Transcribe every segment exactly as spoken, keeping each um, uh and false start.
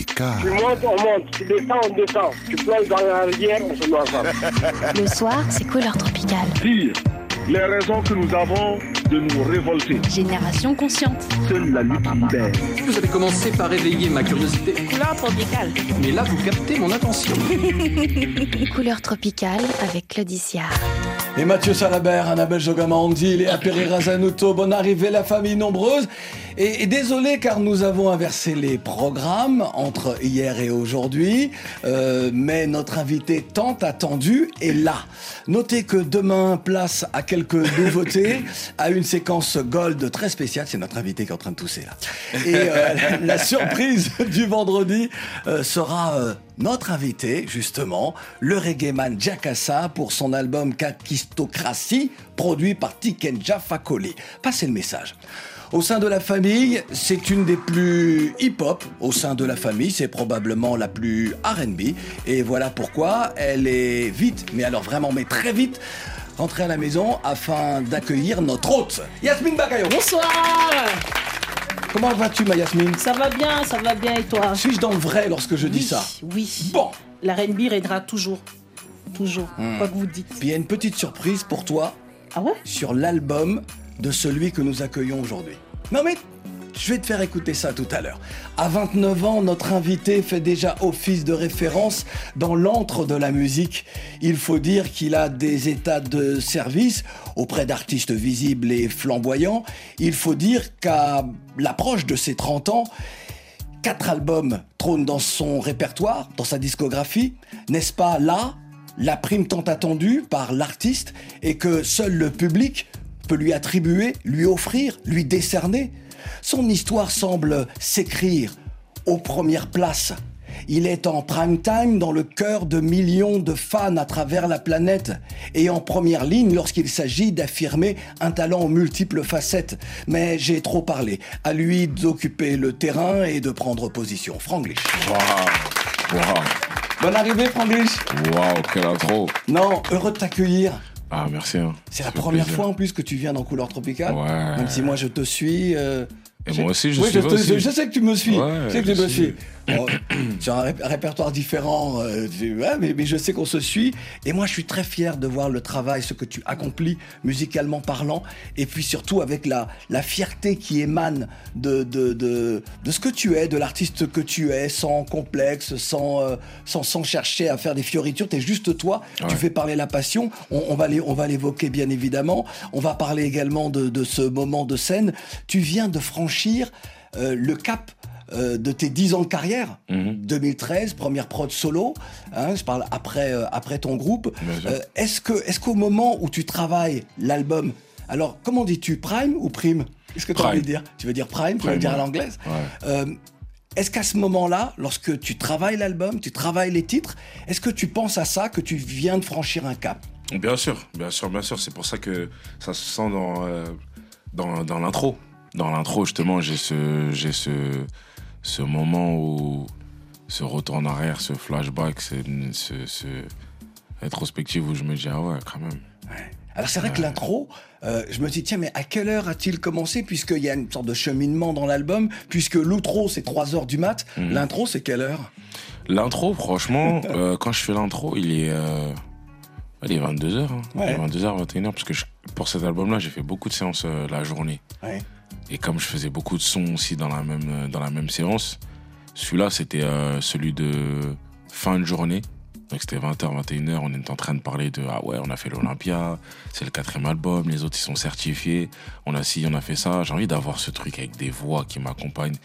Tropical. Tu montes, on monte. Tu descends, on descend. Tu plonges dans la rivière, on se met ensemble. Le soir, c'est Couleur Tropicale. Dire les raisons que nous avons de nous révolter. Génération consciente. Seule la lutte libère. Vous avez commencé par éveiller ma curiosité. Couleur Tropicale. Mais là, vous captez mon attention. Couleur Tropicale avec Claudicia. Et Mathieu Salabert, Annabelle Jogamandi, Léa Pereira Zanuto, bonne arrivée, la famille nombreuse. Et, et désolé car nous avons inversé les programmes entre hier et aujourd'hui, euh, mais notre invité tant attendu est là. Notez que demain, place à quelques nouveautés, à une séquence gold très spéciale. C'est notre invité qui est en train de tousser là. Et euh, la, la surprise du vendredi euh, sera... Euh, notre invité, justement, le reggaeman Jakassa pour son album Kakistocratie, produit par Tikenja Fakoly. Passez le message. Au sein de la famille, c'est une des plus hip-hop. Au sein de la famille, c'est probablement la plus R and B. Et voilà pourquoi elle est vite, mais alors vraiment, mais très vite, rentrée à la maison afin d'accueillir notre hôte, Yasmine Bakayo. Bonsoir. Comment vas-tu, ma Yasmine ? Ça va bien, ça va bien et toi ? Suis-je dans le vrai lorsque je oui, dis ça ? Oui. Bon. La R and B aidera toujours. Toujours. Hmm. Quoi que vous dites. Puis il y a une petite surprise pour toi. Ah ouais ? Sur l'album de celui que nous accueillons aujourd'hui. Non mais, je vais te faire écouter ça tout à l'heure. À vingt-neuf ans, notre invité fait déjà office de référence dans l'antre de la musique. Il faut dire qu'il a des états de service auprès d'artistes visibles et flamboyants. Il faut dire qu'à l'approche de ses trente ans, quatre albums trônent dans son répertoire, dans sa discographie. N'est-ce pas là la prime tant attendue par l'artiste et que seul le public peut lui attribuer, lui offrir, lui décerner ? Son histoire semble s'écrire aux premières places. Il est en prime time dans le cœur de millions de fans à travers la planète et en première ligne lorsqu'il s'agit d'affirmer un talent aux multiples facettes. Mais j'ai trop parlé. À lui d'occuper le terrain et de prendre position. Franglish. Waouh, waouh. Bonne arrivée, Franglish. Waouh, quelle intro. Non, heureux de t'accueillir. Ah, merci. Hein. C'est la première plaisir. fois en plus que tu viens dans Couleur Tropicale. Ouais. Même si moi je te suis. Euh, Et moi aussi, je oui, suis je, te, aussi. je sais que tu me suis. Ouais, je sais que je tu me suis. suis. Bon, sur un ré- répertoire différent, euh, tu- ouais, mais, mais je sais qu'on se suit. Et moi, je suis très fier de voir le travail, ce que tu accomplis musicalement parlant, et puis surtout avec la, la fierté qui émane de, de, de, de ce que tu es, de l'artiste que tu es, sans complexe, sans, euh, sans, sans chercher à faire des fioritures. T'es juste toi. Ouais. Tu fais parler la passion. On, on va les, on va l'évoquer bien évidemment. On va parler également de, de ce moment de scène. Tu viens de franchir euh, le cap. Euh, de tes dix ans de carrière, Mm-hmm. deux mille treize, première prod solo, hein, je parle après, euh, après ton groupe. Euh, est-ce, que, est-ce qu'au moment où tu travailles l'album, alors comment dis-tu, prime ou prime ? Qu'est-ce que tu as envie de dire ? Tu veux dire prime, tu veux dire à l'anglaise ? Ouais. Euh, est-ce qu'à ce moment-là, lorsque tu travailles l'album, tu travailles les titres, est-ce que tu penses à ça, que tu viens de franchir un cap ? Bien sûr, bien sûr, bien sûr. C'est pour ça que ça se sent dans, euh, dans, dans l'intro. Dans l'intro, justement, j'ai ce, j'ai ce, ce moment où, ce retour en arrière, ce flashback, ce, ce, ce rétrospective où je me dis, ah ouais, quand même. Ouais. Alors c'est vrai ouais. que l'intro, euh, je me dis, tiens, mais à quelle heure a-t-il commencé ? Puisqu'il y a une sorte de cheminement dans l'album, puisque l'outro, c'est trois heures du mat, mmh. L'intro, c'est quelle heure ? L'intro, franchement, euh, quand je fais l'intro, il est... Euh... Il est vingt-deux heures, hein. Ouais. Il est vingt-deux heures, vingt et une heures, parce que je, pour cet album-là, j'ai fait beaucoup de séances euh, la journée. Ouais. Et comme je faisais beaucoup de sons aussi dans la même, dans la même séance, celui-là, c'était euh, celui de fin de journée. Donc c'était vingt heures, vingt et une heures, on était en train de parler de « Ah ouais, on a fait l'Olympia, c'est le quatrième album, les autres, ils sont certifiés, on a ci, on a fait ça. » J'ai envie d'avoir ce truc avec des voix qui m'accompagnent.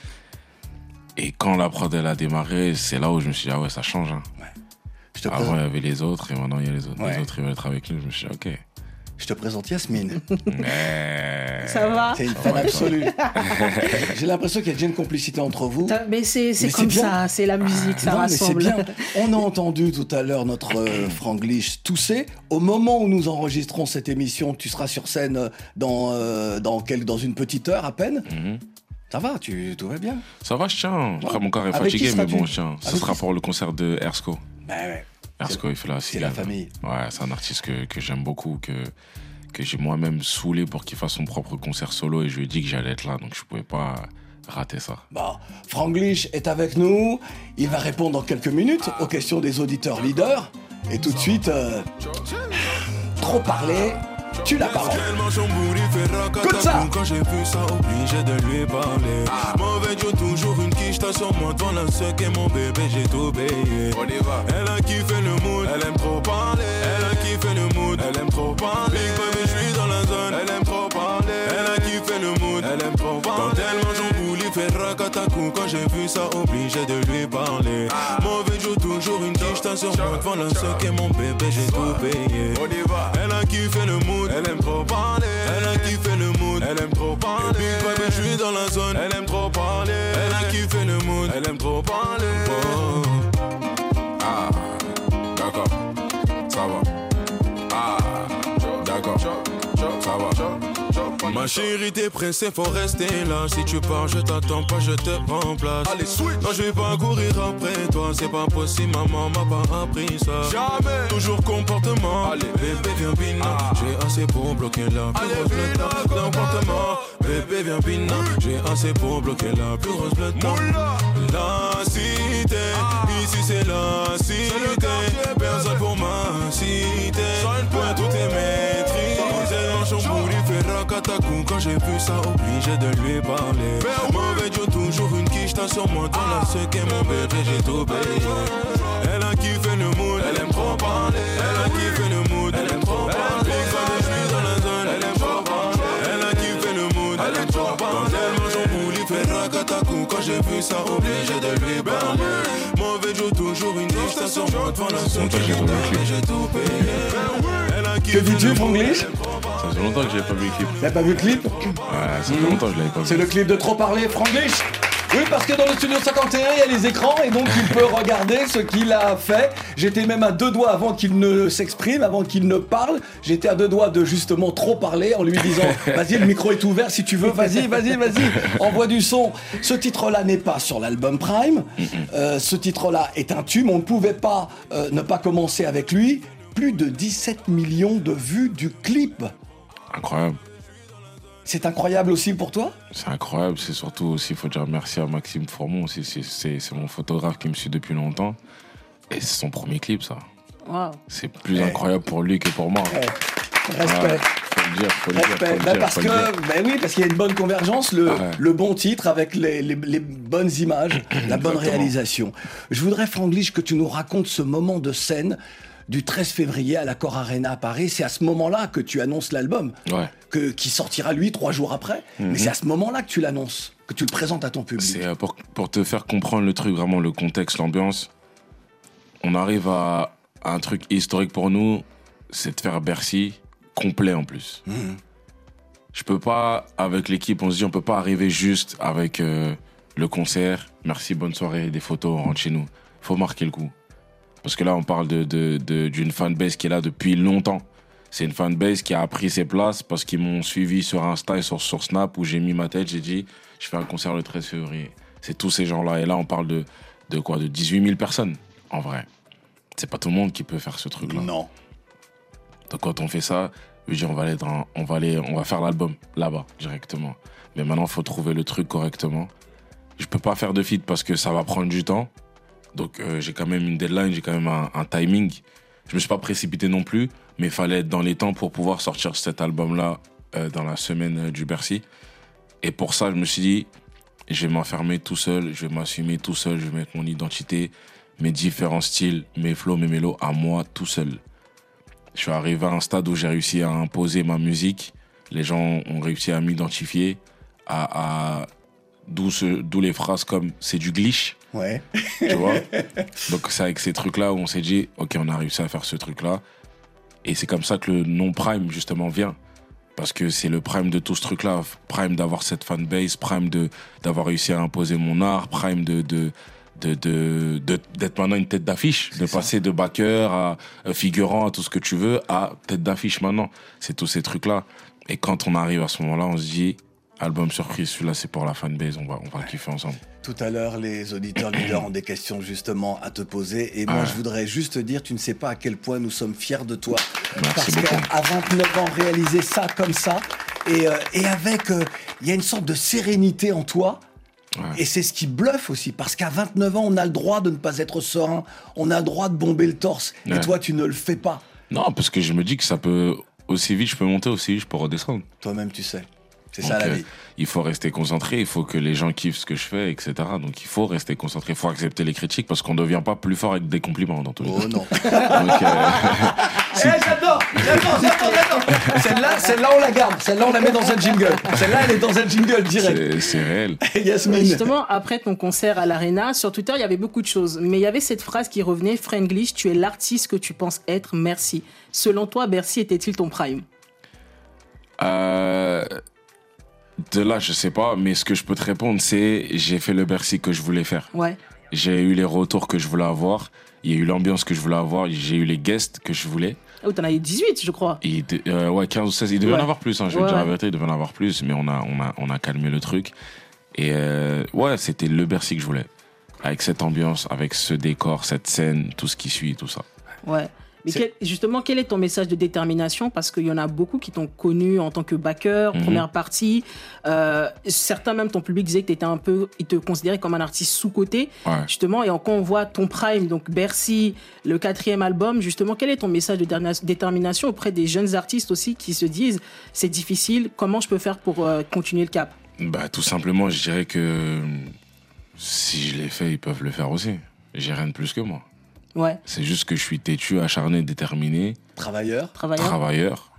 Et quand la prod, elle a démarré, c'est là où je me suis dit « Ah ouais, ça change. Hein. » Ouais. Je te Avant, présente... il y avait les autres, et maintenant, il y a les autres. Ouais. Les autres, ils veulent être avec nous. Je me suis dit « Ok. » Je te présente Yasmine. Mais... Ça va ? C'est une fan absolue. J'ai l'impression qu'il y a déjà une complicité entre vous. Mais c'est, c'est Mais comme c'est ça, c'est la musique, ça non, rassemble. Mais c'est bien. On a entendu tout à l'heure notre euh, Franglish tousser. Au moment où nous enregistrons cette émission, tu seras sur scène dans, euh, dans, quel, dans une petite heure à peine. Mm-hmm. Ça va, tu, tout va bien. Ça va, je tiens. Après, mon corps est Avec fatigué, mais bon, tu... je tiens. Ce Avec sera qui... pour le concert de Ersko. Ben ouais. Ersko, il fait la C'est la famille. Ouais, c'est un artiste que, que j'aime beaucoup, que, que j'ai moi-même saoulé pour qu'il fasse son propre concert solo, et je lui ai dit que j'allais être là, donc je pouvais pas Raté ça. Bon, Franglish est avec nous. Il va répondre dans quelques minutes aux questions des auditeurs leaders. Et tout de suite, euh, trop parler, tu la parole. Comme ça. Quand j'ai vu ça, obligé de lui parler. Mauvais Dieu, toujours une quiche, t'as sur moi devant la sec et mon bébé, j'ai tout payé. Elle a kiffé le mood, elle aime trop parler. Elle a kiffé le mood, elle aime trop parler. Big baby, je suis dans la zone, elle aime trop parler. Elle a kiffé le mood, elle aime trop parler. Quand elle mange en boule, il fait racatacou. Quand j'ai vu ça, obligé de lui parler. Mauvais Dieu, toujours une quiche, t'as sur moi devant la sec et mon bébé, j'ai tout payé. Elle a kiffé le mood, elle aime trop parler. Elle a kiffé le mood, elle aime trop parler. Big baby, je suis dans la zone, elle aime trop parler. Elle a kiffé le mood, elle aime trop parler. Oh. Ah, d'accord, ça va. Ah, d'accord, ça va. Ma chérie, t'es pressée, faut rester là. Si tu pars, je t'attends pas, je te remplace. Allez, switch. Non, je vais pas courir après toi, c'est pas possible, maman m'a pas appris ça. Jamais. Toujours comportement. Allez, bébé, viens bina. Ah. J'ai assez pour bloquer la plus grosse blette. Comportement. Bébé, viens bina. J'ai assez pour bloquer la plus grosse blette. La cité, ah. Ici c'est la cité. Personne pour ma cité. Point tout est maîtrisé. En chamboule, il fait racatacou. Quand j'ai vu ça, obligé de lui parler. Mauvais Dieu, toujours une quiche, t'as sur moi. Dans la sec et mon bébé, j'ai tout payé. Elle a kiffé le mood, elle aime trop parler. Elle a kiffé le mood, elle aime trop parler. Quand je suis dans la zone, elle aime trop parler. Elle a kiffé le mood, elle aime trop parler. Quand elle mange en boule, il fait racatacou. Quand j'ai vu ça, obligé de lui parler. Mauvais Dieu, toujours une quiche, t'as sur moi. Dans la sec et mon bébé, j'ai tout payé. Que dis-tu, Franglish? Ça fait longtemps que j'ai pas vu le clip. T'as pas vu le clip? Ouais, ça fait longtemps que je l'avais pas vu. C'est le clip de Trop Parler, Franglish. Oui, parce que dans le studio cinquante et un, il y a les écrans et donc il peut regarder ce qu'il a fait. J'étais même à deux doigts avant qu'il ne s'exprime, avant qu'il ne parle. J'étais à deux doigts de justement trop parler en lui disant « Vas-y, le micro est ouvert si tu veux, vas-y, vas-y, vas-y, envoie du son ». Ce titre-là n'est pas sur l'album Prime. Euh, ce titre-là est un tube. On ne pouvait pas euh, ne pas commencer avec lui. Plus de dix-sept millions de vues du clip. Incroyable. C'est incroyable aussi pour toi? C'est incroyable, c'est surtout aussi, il faut dire merci à Maxime Formon, c'est, c'est, c'est, c'est mon photographe qui me suit depuis longtemps. Et c'est son premier clip, ça. Wow. C'est plus hey. incroyable pour lui que pour moi. Hey. Respect. Ouais, faut le dire, faut le Respect. dire. Faut le bah dire, parce faut que, le dire. bah oui, parce qu'il y a une bonne convergence, le, ouais. le bon titre avec les, les, les bonnes images, la bonne réalisation. Je voudrais, Franglish, que tu nous racontes ce moment de scène du treize février à l'Accor Arena à Paris. C'est à ce moment-là que tu annonces l'album, Ouais. que, qui sortira, lui, trois jours après. Mm-hmm. Mais c'est à ce moment-là que tu l'annonces, que tu le présentes à ton public. C'est euh, pour, pour te faire comprendre le truc, vraiment le contexte, l'ambiance. On arrive à, à un truc historique pour nous, c'est de faire Bercy complet en plus. Mmh. Je peux pas, avec l'équipe, on se dit on peut pas arriver juste avec euh, le concert, merci, bonne soirée, des photos, on rentre chez nous. Faut marquer le coup. Parce que là, on parle de, de, de, d'une fanbase qui est là depuis longtemps. C'est une fanbase qui a pris ses places parce qu'ils m'ont suivi sur Insta et sur, sur Snap où j'ai mis ma tête, j'ai dit, je fais un concert le treize février. C'est tous ces gens-là. Et là, on parle de, de quoi? De dix-huit mille personnes, en vrai. C'est pas tout le monde qui peut faire ce truc-là. Non. Donc quand on fait ça, je dis, on va aller dans, on va aller, on va faire l'album là-bas, directement. Mais maintenant, il faut trouver le truc correctement. Je peux pas faire de feat parce que ça va prendre du temps. Donc euh, j'ai quand même une deadline, j'ai quand même un, un timing. Je me suis pas précipité non plus, mais il fallait être dans les temps pour pouvoir sortir cet album-là euh, dans la semaine euh, du Bercy. Et pour ça, je me suis dit, je vais m'enfermer tout seul, je vais m'assumer tout seul, je vais mettre mon identité, mes différents styles, mes flows, mes mélos à moi tout seul. Je suis arrivé à un stade où j'ai réussi à imposer ma musique. Les gens ont réussi à m'identifier, à, à d'où, ce, d'où les phrases comme « c'est du glitch ». Ouais. Tu vois? Donc c'est avec ces trucs-là où on s'est dit, ok, on a réussi à faire ce truc-là. Et c'est comme ça que le nom Prime, justement, vient. Parce que c'est le Prime de tout ce truc-là. Prime d'avoir cette fanbase, Prime de, d'avoir réussi à imposer mon art, Prime de, de, de, de, de, d'être maintenant une tête d'affiche, c'est de ça. Passer de backer à figurant, à tout ce que tu veux, à tête d'affiche maintenant. C'est tous ces trucs-là. Et quand on arrive à ce moment-là, on se dit, album surprise, celui-là c'est pour la fanbase, on va, on va kiffer ensemble. Tout à l'heure, les auditeurs leaders ont des questions justement à te poser. Et moi, ah. je voudrais juste te dire, tu ne sais pas à quel point nous sommes fiers de toi. Merci parce beaucoup. qu'à vingt-neuf ans, réaliser ça comme ça, et, euh, et avec, il euh, y a une sorte de sérénité en toi Ouais. Et c'est ce qui bluffe aussi, parce qu'à vingt-neuf ans, on a le droit de ne pas être serein, on a le droit de bomber le torse, Ouais. et toi, tu ne le fais pas. Non, parce que je me dis que ça peut, aussi vite je peux monter, aussi vite je peux redescendre. Toi-même, tu sais. C'est Donc, ça la euh, vie. il faut rester concentré, il faut que les gens kiffent ce que je fais, et cetera. Donc il faut rester concentré, il faut accepter les critiques parce qu'on ne devient pas plus fort avec des compliments dans tous les cas. Oh non. Donc, euh, Eh, j'adore, j'adore, j'adore, j'adore. Celle-là, celle-là, on la garde. Celle-là, on la met dans un jingle. Celle-là, elle est dans un jingle direct. c'est, c'est réel. Yasmine. Justement, après ton concert à l'Arena, sur Twitter, il y avait beaucoup de choses. Mais il y avait cette phrase qui revenait, Franglish, tu es l'artiste que tu penses être, merci. Selon toi, Bercy était-il ton prime? Euh, de là, je sais pas, mais ce que je peux te répondre, c'est j'ai fait le Bercy que je voulais faire. Ouais. J'ai eu les retours que je voulais avoir, il y a eu l'ambiance que je voulais avoir, j'ai eu les guests que je voulais. Oh, t'en as eu dix-huit, je crois. Et de- euh, ouais, quinze ou seize, il devait Ouais. en avoir plus, hein, je vais Ouais, te dire la ouais. vérité, il devait en avoir plus, mais on a, on a, on a calmé le truc. Et euh, ouais, c'était le Bercy que je voulais. Avec cette ambiance, avec ce décor, cette scène, tout ce qui suit, tout ça. Ouais. Mais C'est- quel- justement, quel est ton message de détermination? Parce qu'il y en a beaucoup qui t'ont connu en tant que backer, Mhm. première partie. Euh, certains, même ton public, disait que t'étais un peu, ils te considéraient comme un artiste sous-coté. Ouais. Justement, et quand on voit ton prime, donc Bercy, le quatrième album, justement, quel est ton message de derna- détermination auprès des jeunes artistes aussi qui se disent c'est difficile, comment je peux faire pour euh, continuer le cap? Bah, tout simplement, je dirais que si je l'ai fait, ils peuvent le faire aussi. J'ai rien de plus que moi. Ouais, C'est juste que je suis têtu, acharné, déterminé, Travailleur. travailleur. travailleur.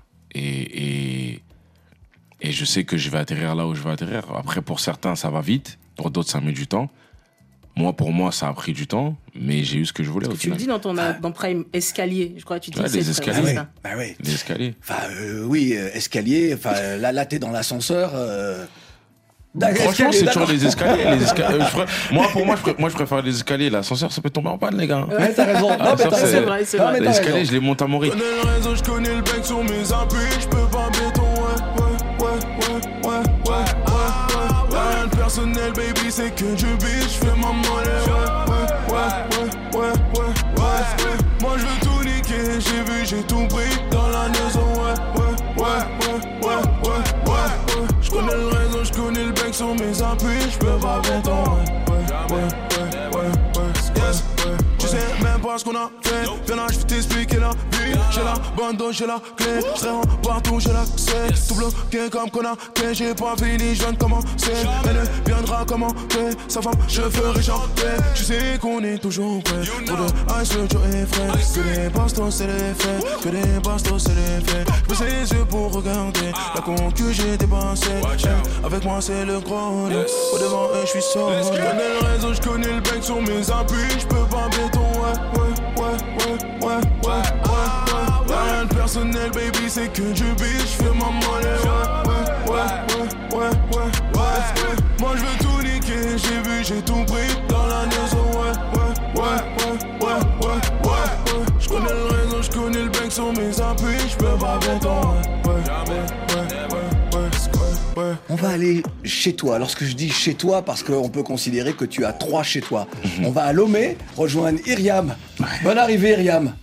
Et, et, et je sais que je vais atterrir là où je vais atterrir. Après, pour certains, ça va vite. Pour d'autres, ça met du temps. Moi, pour moi, ça a pris du temps. Mais j'ai eu ce que je voulais au Tu le final. dis dans ton euh, dans prime escalier, je crois que tu dis Ouais, c'est les c'est escaliers. Ah oui, ça. bah oui. Les escaliers. Enfin, euh, oui, euh, escalier. Enfin, euh, là, là, t'es dans l'ascenseur. euh, Franchement, escalier, c'est toujours d'accord. les escaliers. Les esca- euh, je préfère- Moi, pour moi je, pré- moi, je préfère les escaliers. L'ascenseur, ça peut tomber en panne, les gars. Ouais, t'as raison. Non, Ah, mais ça, t'as c'est- raison. C'est vrai, c'est Non, vrai. mais Les t'as escaliers, raison. je les monte à mon Je rythme. connais le réseau, je connais le bec sur mes appuis, je peux pas béton, ouais, ouais, ouais, ouais, ouais, ouais, ouais, ouais. Rien de personnel, baby, c'est que du bitch, je fais ma monnaie, ouais, ouais, ouais, ouais, ouais, ouais, ouais. Moi je veux tout niquer, j'ai vu, j'ai tout pris dans la maison, ouais, ouais, ouais, ouais, ouais, ouais, ouais, ouais. Je connais le réseau, je connais le bec sur mes appuis, je peux pas béton, ouais, ouais, ouais, ouais, ouais, ouais, yes, ouais. Tu sais même pas ce qu'on a fait. Viens là, je vais t'expliquer la vie. J'ai la bande, j'ai la clé. Je serai en partout, j'ai l'accès. Tout bloqué comme qu'on a fait. J'ai pas fini, je viens de commencer. Elle viendra commenter. Sa femme, je ferai chanter. Tu sais qu'on est toujours prêt. Pour de ice, le Joe est frais. Que des bastos, c'est les faits. Que des bastos, c'est les faits. Je baisse les yeux pour regarder la concu, j'ai dépassé. Avec moi, c'est le gros. Au devant, et je suis sorti. Je connais le réseau, je connais le bec sur mes appuis. Je peux pas béton, ouais, ouais, ouais, ouais, ouais, ouais, ouais, ouais. Rien de personnel, baby, c'est que du bitch. Je fais ma monnaie, ouais, ouais, ouais, ouais, ouais, ouais, ouais. Moi, je veux tout niquer, j'ai vu, j'ai tout pris dans la maison, ouais, ouais, ouais, ouais, ouais, ouais, ouais. Je connais le réseau, je connais le bec sur mes appuis. Je peux pas béton, ouais, ouais, ouais, ouais, ouais, ouais. On va aller chez toi. Lorsque je dis chez toi, parce qu'on peut considérer que tu as trois chez toi. On va à Lomé rejoindre Iriam. Bonne arrivée, Iriam.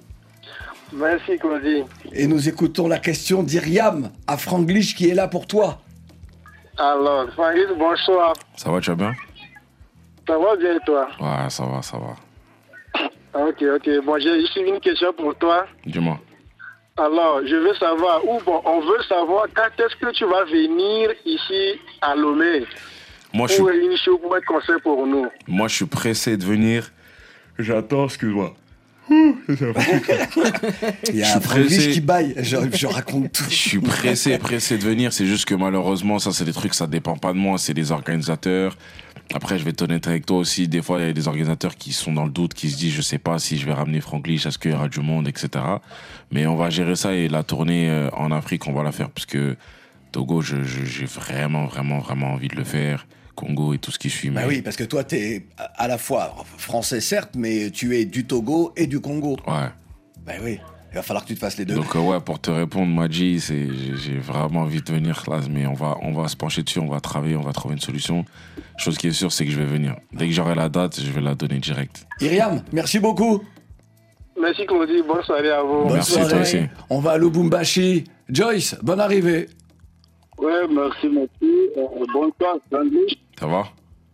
Merci, Claudie. Et nous écoutons la question d'Iriam à Franglish qui est là pour toi. Alors, Farid, bonsoir. Ça va, tu vas bien? Ça va bien, toi? Ouais, ça va, ça va. Ok, ok. Bon, j'ai ici une question pour toi. Dis-moi. Alors, je veux savoir, ou bon, on veut savoir quand est-ce que tu vas venir ici à Lomé Moi, je suis, pour une show, pour un concert pour nous. moi, je suis pressé de venir. J'attends, excuse-moi. Il y Je a suis un Franglish pressé. qui baille. Je, je raconte tout. Je suis pressé, pressé de venir. C'est juste que malheureusement, ça, c'est des trucs, ça dépend pas de moi. C'est des organisateurs. Après, je vais être honnête avec toi aussi. Des fois, il y a des organisateurs qui sont dans le doute, qui se disent, je sais pas si je vais ramener Franglish, est-ce qu'il y aura du monde, et cetera. Mais on va gérer ça et la tournée euh, en Afrique, on va la faire parce que Togo, je, je, j'ai vraiment, vraiment, vraiment envie de le faire. Congo et tout ce qui suit. Bah mais- oui, parce que toi, t'es à la fois français, certes, mais tu es du Togo et du Congo. Ouais. Bah oui, il va falloir que tu te fasses les deux. Donc euh, ouais, pour te répondre, Madji, c'est j'ai, j'ai vraiment envie de venir là, mais on va on va se pencher dessus, on va travailler, on va trouver une solution. Chose qui est sûre, c'est que je vais venir. Dès que j'aurai la date, je vais la donner direct. Iriam, merci beaucoup. Merci, Claudie. Bonne soirée à vous. Bonne Merci, soirée. toi aussi. On va à Lubumbashi. Joyce, bonne arrivée. Ouais, merci, merci. Euh, bonne soirée, Franglish. Ça va?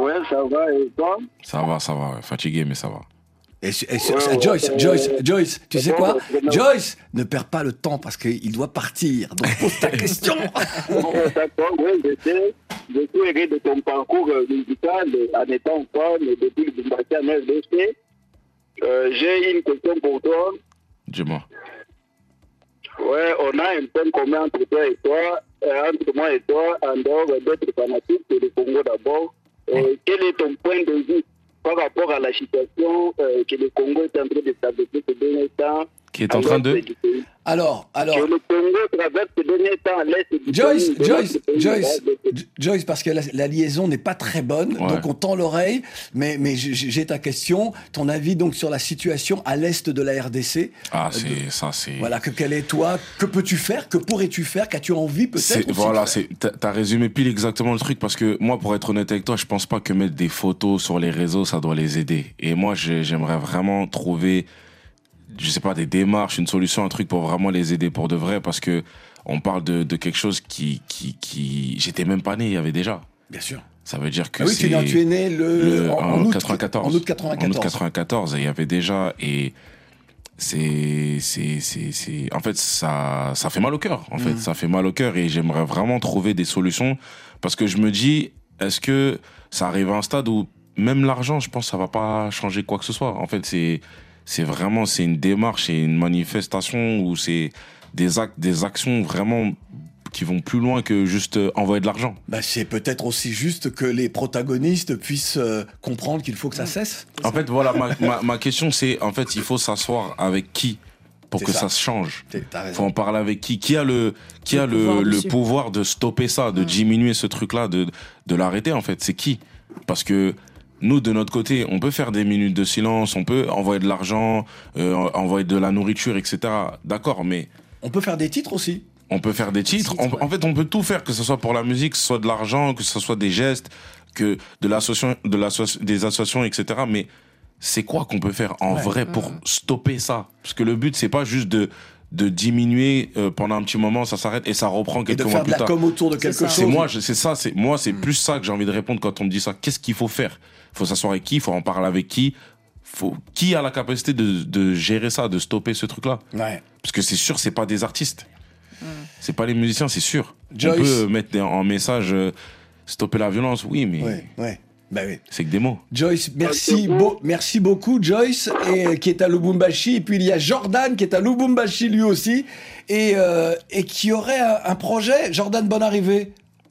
Ouais, ça va, et toi? Ça va, ça va. Fatigué, mais ça va. Et, et, et ouais, Joyce, ouais, Joyce, ouais. Joyce, tu sais quoi? Joyce, ne perds pas le temps parce qu'il doit partir. Donc pose ta question. D'accord, oui, je sais. Je suis heureux de ton parcours musical en étant femme depuis le Bumbaki à M S D C. Euh, j'ai une question pour toi. Dis-moi. Ouais, on a un point commun entre toi et toi, euh, entre moi et toi, en dehors d'être fanatique, c'est le Congo d'abord. Euh, ouais. Quel est ton point de vue par rapport à la situation euh, que le Congo est en train de traverser ces derniers temps? Qui est en train de... Alors, alors... Que le Congo traverse ces derniers temps à l'est du Joyce, pays, Joyce, pays, Joyce, Joyce, parce que la, la liaison n'est pas très bonne, ouais. donc on tend l'oreille, mais, mais j'ai ta question, ton avis donc sur la situation à l'est de la R D C. Ah, c'est de, ça, c'est... Voilà, que quel est toi, que peux-tu faire, que pourrais-tu faire, qu'as-tu envie peut-être? Voilà, c'est, t'as résumé pile exactement le truc, parce que moi, pour être honnête avec toi, je pense pas que mettre des photos sur les réseaux, ça doit les aider. Et moi, j'aimerais vraiment trouver... je sais pas, des démarches, une solution, un truc pour vraiment les aider pour de vrai, parce que on parle de, de quelque chose qui, qui, qui, j'étais même pas né, il y avait déjà. Bien sûr. Ça veut dire que ah oui, c'est... Tu, tu es né le, le en, en, en août quatre-vingt-quatorze. En août quatre-vingt-quatorze. En août quatre-vingt-quatorze, il y avait déjà, et c'est, c'est, c'est, c'est, en fait, ça, ça fait mal au cœur, en mmh. fait, ça fait mal au cœur, et j'aimerais vraiment trouver des solutions, parce que je me dis, est-ce que ça arrive à un stade où même l'argent, je pense, ça va pas changer quoi que ce soit. En fait, c'est, c'est vraiment, c'est une démarche et une manifestation où c'est des actes, des actions vraiment qui vont plus loin que juste envoyer de l'argent. Bah, c'est peut-être aussi juste que les protagonistes puissent euh, comprendre qu'il faut que ça cesse. En fait, voilà, ma, ma, ma question, c'est, en fait, il faut s'asseoir avec qui pour que ça. ça se change. Il faut en parler avec qui. Qui a le, qui le a le, pouvoir, le pouvoir de stopper ça, de mmh. diminuer ce truc-là, de, de l'arrêter, en fait. C'est qui? Parce que nous, de notre côté, on peut faire des minutes de silence, on peut envoyer de l'argent, euh, envoyer de la nourriture, et cetera. D'accord, mais... On peut faire des titres aussi. On peut faire des titres. titres on, ouais. En fait, on peut tout faire, que ce soit pour la musique, que ce soit de l'argent, que ce soit des gestes, que de l'association, de l'asso- des associations, et cetera. Mais c'est quoi qu'on peut faire en ouais. vrai pour mmh. stopper ça? Parce que le but, c'est pas juste de... de diminuer euh, pendant un petit moment, ça s'arrête et ça reprend quelques mois plus tard. Et de faire de la com autour de quelque chose. C'est moi, c'est ça, c'est moi, c'est mmh. plus ça que j'ai envie de répondre quand on me dit ça. Qu'est-ce qu'il faut faire? Il faut s'asseoir avec qui? Il faut en parler avec qui? Faut qui a la capacité de, de gérer ça, de stopper ce truc-là? Ouais. Parce que c'est sûr, c'est pas des artistes, mmh. c'est pas les musiciens, c'est sûr. Joyce. On peut mettre en message euh, stopper la violence, oui, mais. Ouais, ouais. Bah oui. C'est que des mots. Joyce, merci, beau, merci beaucoup, Joyce, et, qui est à Lubumbashi. Et puis il y a Jordan qui est à Lubumbashi lui aussi, et, euh, et qui aurait un, un projet. Jordan, bonne arrivée.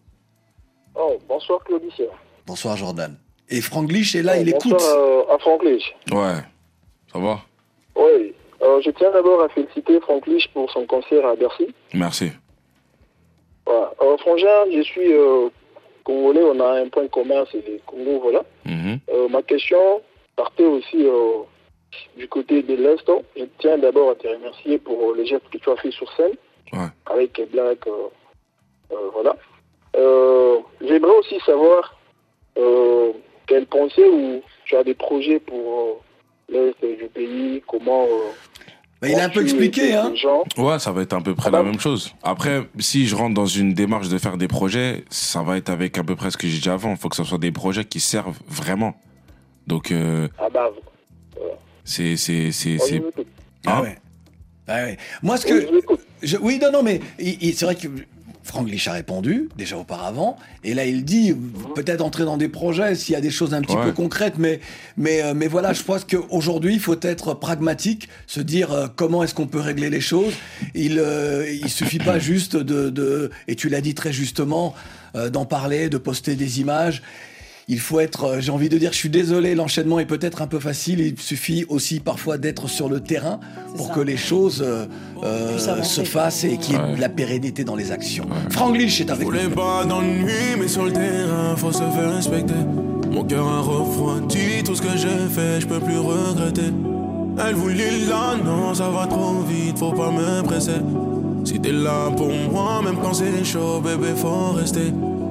Oh, bonsoir Claudicia. Bonsoir Jordan. Et Franglish est là, oh, il bonsoir, écoute. Euh, à Franglish. Ouais, ça va? Oui, euh, je tiens d'abord à féliciter Franglish pour son concert à Bercy. Merci. Ouais. Euh, Frangin, je suis... Euh, Congolais, on a un point commun, c'est le Congo, voilà. Mmh. Euh, ma question partait aussi euh, du côté de l'Est. Je tiens d'abord à te remercier pour les gestes que tu as fait sur scène, ouais. avec Black, euh, euh, voilà. Euh, j'aimerais aussi savoir euh, quelle pensée ou tu as des projets pour euh, l'Est du pays, comment... Euh, Bah, il a un peu expliqué, hein. Ouais, ça va être à peu près ah, la même chose. Après, si je rentre dans une démarche de faire des projets, ça va être avec à peu près ce que j'ai dit avant. Il faut que ce soit des projets qui servent vraiment. Donc, euh, ah bah, voilà. c'est, c'est, c'est, oh, c'est... Ah, hein ouais. Ah ouais. Moi, ce que, je, oui, non, non, mais il, il, c'est vrai que Franglish a répondu déjà auparavant, et là il dit peut-être entrer dans des projets s'il y a des choses un petit ouais. peu concrètes, mais mais mais voilà, je pense qu'aujourd'hui il faut être pragmatique, se dire euh, comment est-ce qu'on peut régler les choses. Il euh, il suffit pas juste de de et tu l'as dit très justement euh, d'en parler, de poster des images. Il faut être, j'ai envie de dire, je suis désolé, l'enchaînement est peut-être un peu facile, il suffit aussi parfois d'être sur le terrain c'est pour ça. que les choses euh, euh, se fassent et qu'il y ait ouais. de la pérennité dans les actions. Ouais. Franglish est avec nous. Je voulais pas dans la nuit, mais sur le terrain, faut se faire respecter. Mon cœur a refroidi, tout ce que j'ai fait, je peux plus regretter. Elle voulait là, non, ça va trop vite, faut pas me presser. Si t'es là pour moi, même quand c'est chaud, bébé, faut rester.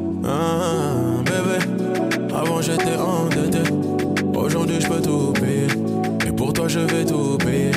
Ah, bébé. Avant j'étais endetté, aujourd'hui je peux tout payer. Et pour toi je vais tout payer.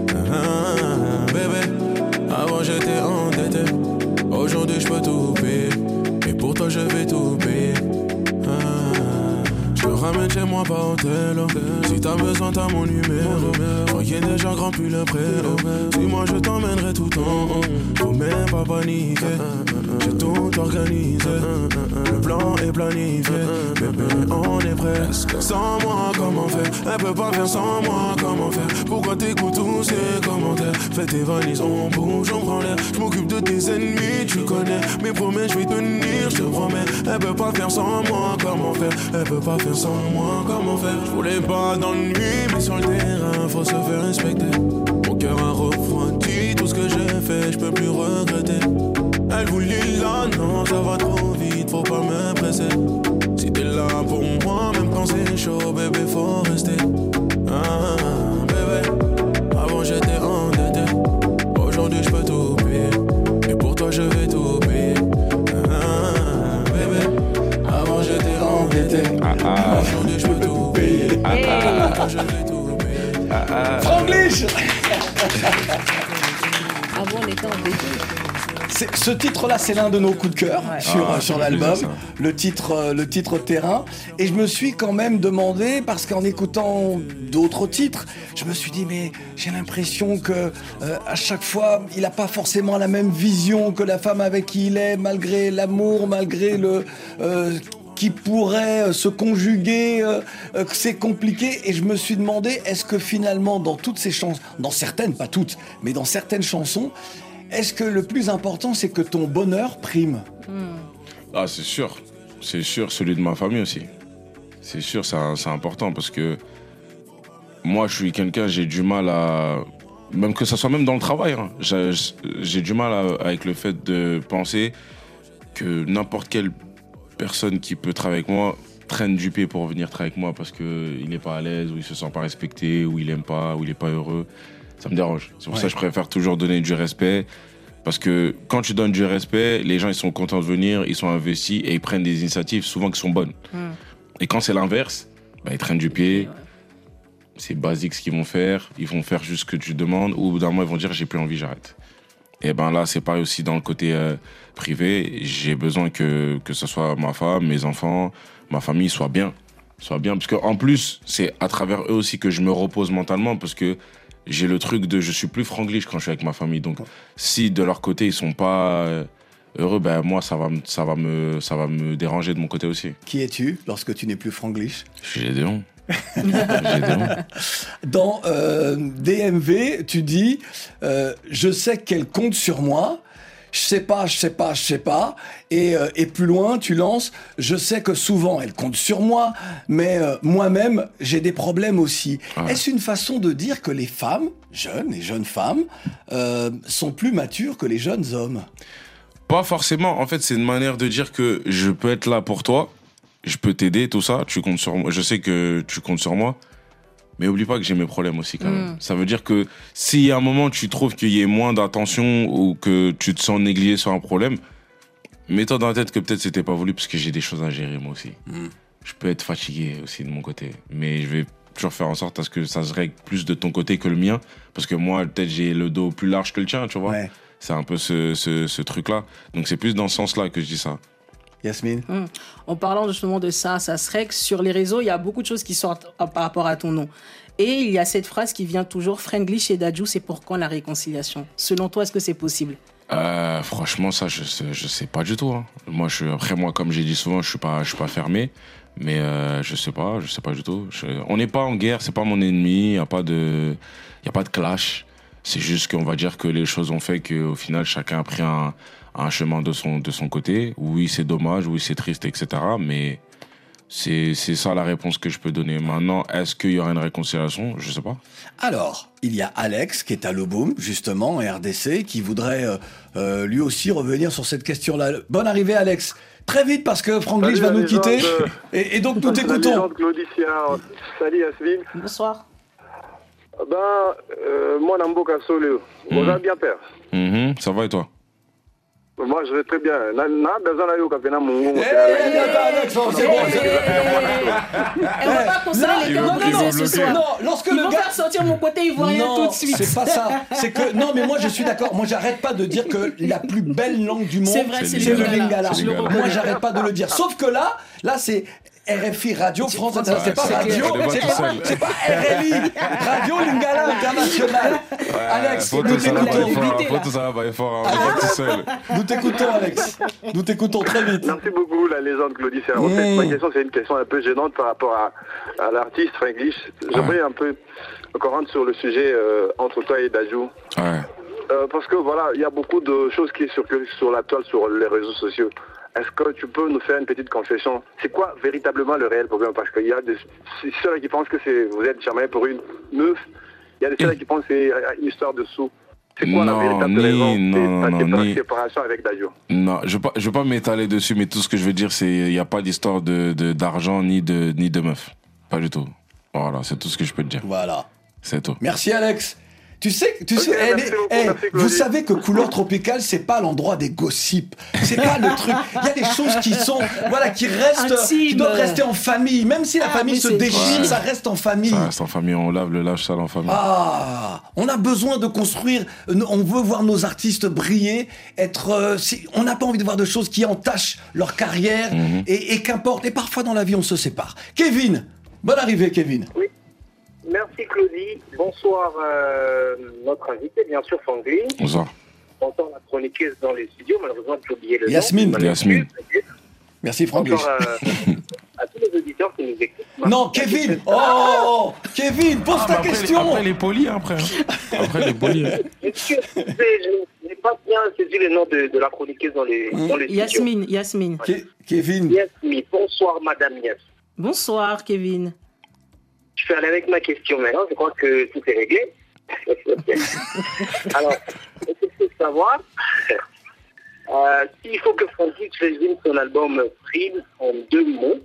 Ah, bébé, avant j'étais endetté, aujourd'hui je peux tout payer. Et pour toi je vais tout payer. Ah, je ramène chez moi, pas hôtel. Si t'as besoin, t'as mon numéro. Je crois qu'il est déjà grand, plus le préau. Si moi je t'emmènerai tout en haut. Faut même pas paniquer. J'ai tout organisé. Le plan est planifié. Bébé, on est presque. Sans moi, comment faire? Elle peut pas faire sans moi, comment faire? Pourquoi t'écoutes tous ces commentaires? Fais tes valises, on bouge, on prend l'air. Je m'occupe de tes ennemis, tu connais. Mes promesses, je vais tenir, je te promets. Elle peut pas faire sans moi, comment faire? Elle peut pas faire sans moi, comment faire? Je voulais pas d'ennui, mais sur le terrain, faut se faire respecter. Mon cœur a refroidi, tout ce que j'ai fait, je peux plus regretter. Elle voulait là, non, ça va trop vite, faut pas me presser. Si t'es là pour moi, même quand c'est chaud, bébé, faut rester. Ah, bébé, avant j'étais endetté. Aujourd'hui je peux tout payer. Et pour toi je vais tout payer. Ah, bébé, avant j'étais endetté. Ah, ah. Aujourd'hui je peux tout payer. Ah, ah. Pour toi je vais tout payer. Ah, ah. Franglish. Avant on était endetté. C'est- Ce titre-là, c'est l'un de nos coups de cœur Ouais. sur, Ah, sur ça fait l'album, plaisir, le titre, euh, le titre Terrain. Et je me suis quand même demandé, parce qu'en écoutant d'autres titres, je me suis dit, mais j'ai l'impression que euh, à chaque fois, il n'a pas forcément la même vision que la femme avec qui il est, malgré l'amour, malgré le... Euh, qui pourrait euh, se conjuguer, euh, euh, que c'est compliqué. Et je me suis demandé, est-ce que finalement, dans toutes ces chansons, dans certaines, pas toutes, mais dans certaines chansons, est-ce que le plus important, c'est que ton bonheur prime? Ah, c'est sûr. C'est sûr, celui de ma famille aussi. C'est sûr, c'est un- c'est important parce que moi, je suis quelqu'un, j'ai du mal à... Même que ça soit même dans le travail, hein, j'ai j'ai du mal à- avec le fait de penser que n'importe quelle personne qui peut travailler avec moi traîne du pied pour venir travailler avec moi parce qu'il n'est pas à l'aise, ou il se sent pas respecté, ou il aime pas, ou il est pas heureux. Ça me dérange. C'est pour Ouais. ça que je préfère toujours donner du respect. Parce que quand tu donnes du respect, les gens ils sont contents de venir, ils sont investis et ils prennent des initiatives souvent qui sont bonnes. Et quand c'est l'inverse, bah, ils traînent du pied. C'est basique ce qu'ils vont faire. Ils vont faire juste ce que tu demandes. Ou au bout d'un moment, ils vont dire j'ai plus envie, j'arrête. Et ben là, c'est pareil aussi dans le côté euh, privé. J'ai besoin que, que ce soit ma femme, mes enfants, ma famille soient bien. Soient bien. Parce qu'en plus, c'est à travers eux aussi que je me repose mentalement. Parce que j'ai le truc de je suis plus franglish quand je suis avec ma famille. Donc si de leur côté, ils sont pas euh, heureux, ben moi, ça va, me- ça, va me, ça va me déranger de mon côté aussi. Qui es-tu lorsque tu n'es plus franglish? J'ai des noms. J'ai des noms. Dans euh, D M V, tu dis euh, je sais qu'elle compte sur moi. Je sais pas, je sais pas, je sais pas. Et, euh, et plus loin, tu lances je sais que souvent elle compte sur moi, mais euh, moi-même, j'ai des problèmes aussi. Ouais. Est-ce une façon de dire que les femmes, jeunes et jeunes femmes, euh, sont plus matures que les jeunes hommes? Pas forcément. En fait, c'est une manière de dire que je peux être là pour toi, je peux t'aider, tout ça. Tu comptes sur moi. Je sais que tu comptes sur moi. Mais oublie pas que j'ai mes problèmes aussi quand même. Ça veut dire que si à un moment tu trouves qu'il y ait moins d'attention ou que tu te sens négligé sur un problème, mets-toi dans la tête que peut-être c'était pas voulu parce que j'ai des choses à gérer moi aussi. Mm. Je peux être fatigué aussi de mon côté. Mais je vais toujours faire en sorte à ce que ça se règle plus de ton côté que le mien. Parce que moi, peut-être j'ai le dos plus large que le tien, tu vois. Ouais. C'est un peu ce, ce, ce truc-là. Donc c'est plus dans ce sens-là que je dis ça. Yasmine? Hum. En parlant justement de ça, ça serait que sur les réseaux, il y a beaucoup de choses qui sortent à- par rapport à ton nom. Et il y a cette phrase qui vient toujours, Franglish et Dadju, c'est pour quand la réconciliation? Selon toi, est-ce que c'est possible? Euh, franchement, ça, je sais, je sais pas du tout. Hein. Moi, je, après, moi, comme j'ai dit souvent, je suis pas, je suis pas fermé. Mais euh, je sais pas, je sais pas du tout. Je- on n'est pas en guerre, c'est pas mon ennemi. Y a pas de, y a pas de clash. C'est juste qu'on va dire que les choses ont fait qu'au final, chacun a pris un, un chemin de son, de son côté. Oui, c'est dommage, oui, c'est triste, et cetera. Mais c'est, c'est ça la réponse que je peux donner. Maintenant, est-ce qu'il y aura une réconciliation? Je sais pas. Alors, il y a Alex qui est à Loboum, justement, en R D C, qui voudrait euh, euh, lui aussi revenir sur cette question-là. Bonne arrivée, Alex. Très vite, parce que Franglish va Salut, nous la légende. quitter. Et, et donc, nous La t'écoutons. légende Claudicia. Salut Yasmine. Bonsoir. Ben, euh, moi, Namboka Solo, Mhm. vous allez bien faire. Mhm, ça va et toi? Moi, je vais très bien. Na na besoin d'aller au café na mungu. Eh, eh, attends, Alex, non, c'est bon. c'est- Et on va pas consoler Là, les gars non, en non, prison non, ce soir. non, lorsque Ils le vont gars... faire sortir mon côté ivoirien Non, tout de suite. c'est pas ça. C'est que non, mais moi je suis d'accord. Moi j'arrête pas de dire que la plus belle langue du monde, C'est vrai, c'est c'est le le lingala. lingala. C'est le le lingala. lingala. Moi j'arrête pas de le dire. Sauf que là, là c'est R F I Radio France c'est- Internationale. C'est pas c'est Radio, clair. c'est On est pas pas, tout seul. c'est pas R L I, Radio Lingala International. Alex, faut nous tout ça là-bas t'écoutons. est fort, Évitez, faut là. tout ça là-bas est fort, hein, on est pas tout seul. Nous t'écoutons, Alex. Nous t'écoutons très vite. Merci beaucoup, la légende Claudie Serra. En fait, Mmh. ma question, c'est une question un peu gênante par rapport à, à l'artiste Franglish. J'aimerais un peu encore rentrer sur le sujet euh, entre toi et Dajou. Ouais. Euh, parce que voilà, il y a beaucoup de choses qui circulent sur la toile, sur les réseaux sociaux. Est-ce que tu peux nous faire une petite confession? C'est quoi véritablement le réel problème? Parce qu'il y a des ceux qui pensent que c'est vous êtes jamais pour une meuf. Il y a des ceux qui pensent que c'est une histoire de sous. C'est quoi Non, la véritable ni- raison non, de ta non, sépara- ni- séparation avec Dajou? Non, je ne vais, pas- je vais pas m'étaler dessus, mais tout ce que je veux dire, c'est il n'y a pas d'histoire de, de, d'argent ni de, ni de meuf. Pas du tout. Voilà, c'est tout ce que je peux te dire. Voilà. C'est tout. Merci, Alex. Tu sais, tu Ok, sais, elle merci est- beaucoup, eh, merci, vous Claudie. savez que Couleur Tropicale, c'est pas l'endroit des gossips. C'est pas le truc. Il y a des choses qui sont, voilà, qui restent, qui Intime. doivent rester en famille. Même si la Ah, famille mais se c'est- déchire, Ouais. ça reste en famille. Ça reste en famille, on lave le lave sale en famille. Ah, on a besoin de construire. On veut voir nos artistes briller, être. euh, si- on n'a pas envie de voir de choses qui entachent leur carrière Mhm. et, et qu'importe. Et parfois dans la vie, on se sépare. Kevin, bonne arrivée, Kevin. Merci Claudie. Bonsoir euh, notre invité, bien sûr Fangli. Bonsoir. Bonsoir la chroniqueuse dans les studios, malheureusement j'ai oublié le Yasmine. nom. Yasmine. Merci, Franck. Bonsoir euh, à tous les auditeurs qui nous écoutent. Non, Kevin. Oh, Kevin, pose Ah, ta bah après, question. Après, les polis, après. hein. Après, les polis. hein. Excusez, je n'ai pas bien saisi le nom de, de la chroniqueuse dans les, Mmh. dans les studios. Yasmine, Yasmine. Ke- Kevin. Yasmine. Bonsoir Madame Yasmine. Bonsoir, Kevin. Je vais aller avec ma question maintenant, je crois que tout est réglé. Alors, ce qu'il faut savoir, euh, s'il faut que Francis résume son album Prime en deux mots,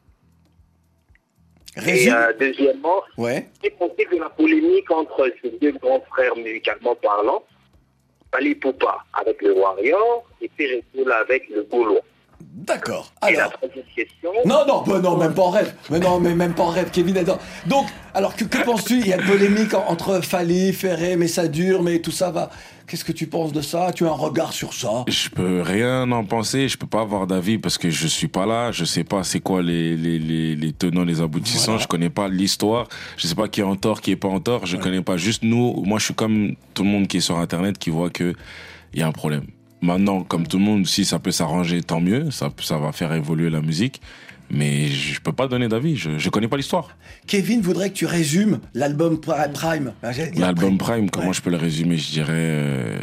et Résume. euh, deuxièmement, Ouais. qu'est pensez de la polémique entre ces deux grands frères musicalement parlant, Fally Ipupa avec le Warrior et Perezoul avec le Gaulois. D'accord. Et la Alors. troisième question, Non, non, bah non, même pas en rêve. Mais non, mais même pas en rêve, Kevin. Attends. Donc, alors, que, que penses-tu? Il y a une polémique en- entre Fally, Ferré, mais ça dure, mais tout ça va. Qu'est-ce que tu penses de ça? Tu as un regard sur ça? Je peux rien en penser, je peux pas avoir d'avis parce que je suis pas là, je sais pas c'est quoi les, les, les, les tenants, les aboutissants, Voilà. je connais pas l'histoire, je sais pas qui est en tort, qui est pas en tort, je connais pas juste nous, moi je suis comme tout le monde qui est sur internet qui voit que il y a un problème. Maintenant, comme tout le monde, si ça peut s'arranger, tant mieux, ça, ça va faire évoluer la musique, mais je peux pas donner d'avis, je, je connais pas l'histoire. Kevin voudrait que tu résumes l'album Pri- Prime. Ah, j'ai- L'album Prime, comment Ouais. je peux le résumer, je dirais euh,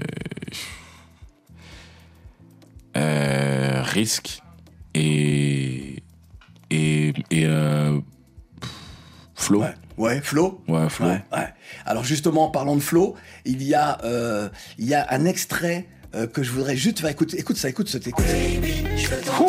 euh, risque et et et euh, flow. Ouais, ouais, Flo. Ouais, flow. Ouais, ouais. Alors justement, en parlant de Flo, il y a, euh, il y a un extrait euh, que je voudrais juste faire écouter. Écoute ça, écoute ça, écoute. Oh,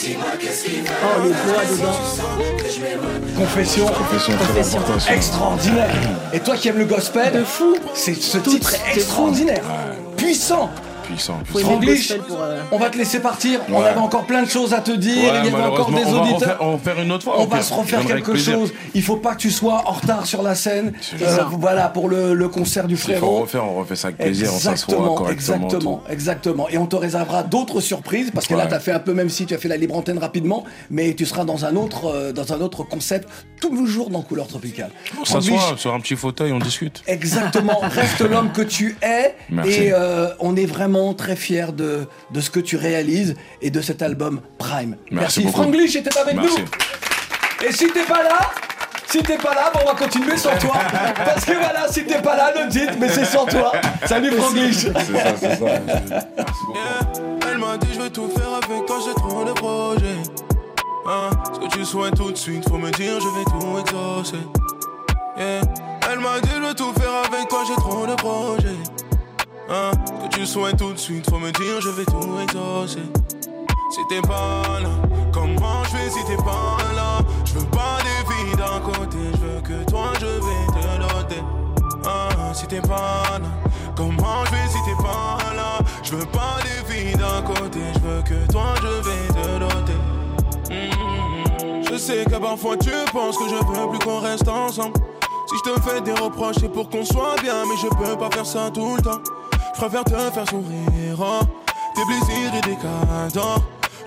les voix dedans. Confession. Confession très Confession. importante, ça. Extraordinaire. Et toi qui aimes le gospel, De fou. c'est ce Tout- titre est c'est extraordinaire, puissant. Puissant, Faut puissant. aimer le Franglish, gospel pour, euh, on va te laisser partir. On Ouais. avait encore plein de choses à te dire. Ouais, il y avait encore malheureusement, des on va en auditeurs. faire- on va en faire une autre fois. On au va pire. se refaire Je viendrai avec quelque plaisir. chose. Il faut pas que tu sois en retard sur la scène. C'est Euh, ça. voilà pour le, le concert du S'il faut frérot. refaire, on refait ça avec plaisir, on s'assoit Exactement, correctement. exactement, exactement. Et on te réservera d'autres surprises parce que là, Ouais. tu as fait un peu, même si tu as fait la libre antenne rapidement, mais tu seras dans un autre, euh, dans un autre concept, toujours dans Couleur Tropicale. On Franglish, s'assoit sur un petit fauteuil, on discute. exactement. Reste l'homme que tu es. Merci. Et euh, on est vraiment très fiers de, de ce que tu réalises et de cet album Prime. Merci beaucoup. Franglish était avec Merci. nous. Et si t'es pas là, si t'es pas là, bon, on va continuer sans toi. Parce que voilà, si t'es pas là, le dites, mais c'est sans toi. Salut Franglish. C'est ça, c'est ça. Merci beaucoup. Yeah. Elle m'a dit je veux tout faire avec toi, j'ai trop de projets. Hein, ce que tu souhaites tout de suite, faut me dire, je vais tout exaucer. Yeah. Elle m'a dit je veux tout faire avec toi, j'ai trop de projets. Hein, ce que tu souhaites tout de suite, faut me dire, je vais tout exaucer. Si t'es pas là, comment je fais si t'es pas là? Je veux pas des filles d'un côté, je veux que toi je vais te noter. Ah, si t'es pas là, comment je fais si t'es pas là? Je veux pas des filles d'un côté, je veux que toi je vais te noter. Mm-hmm. Je sais que parfois tu penses que je veux plus qu'on reste ensemble. Si je te fais des reproches c'est pour qu'on soit bien, mais je peux pas faire ça tout le temps. Je préfère te faire sourire, oh. Tes plaisirs et des cadeaux.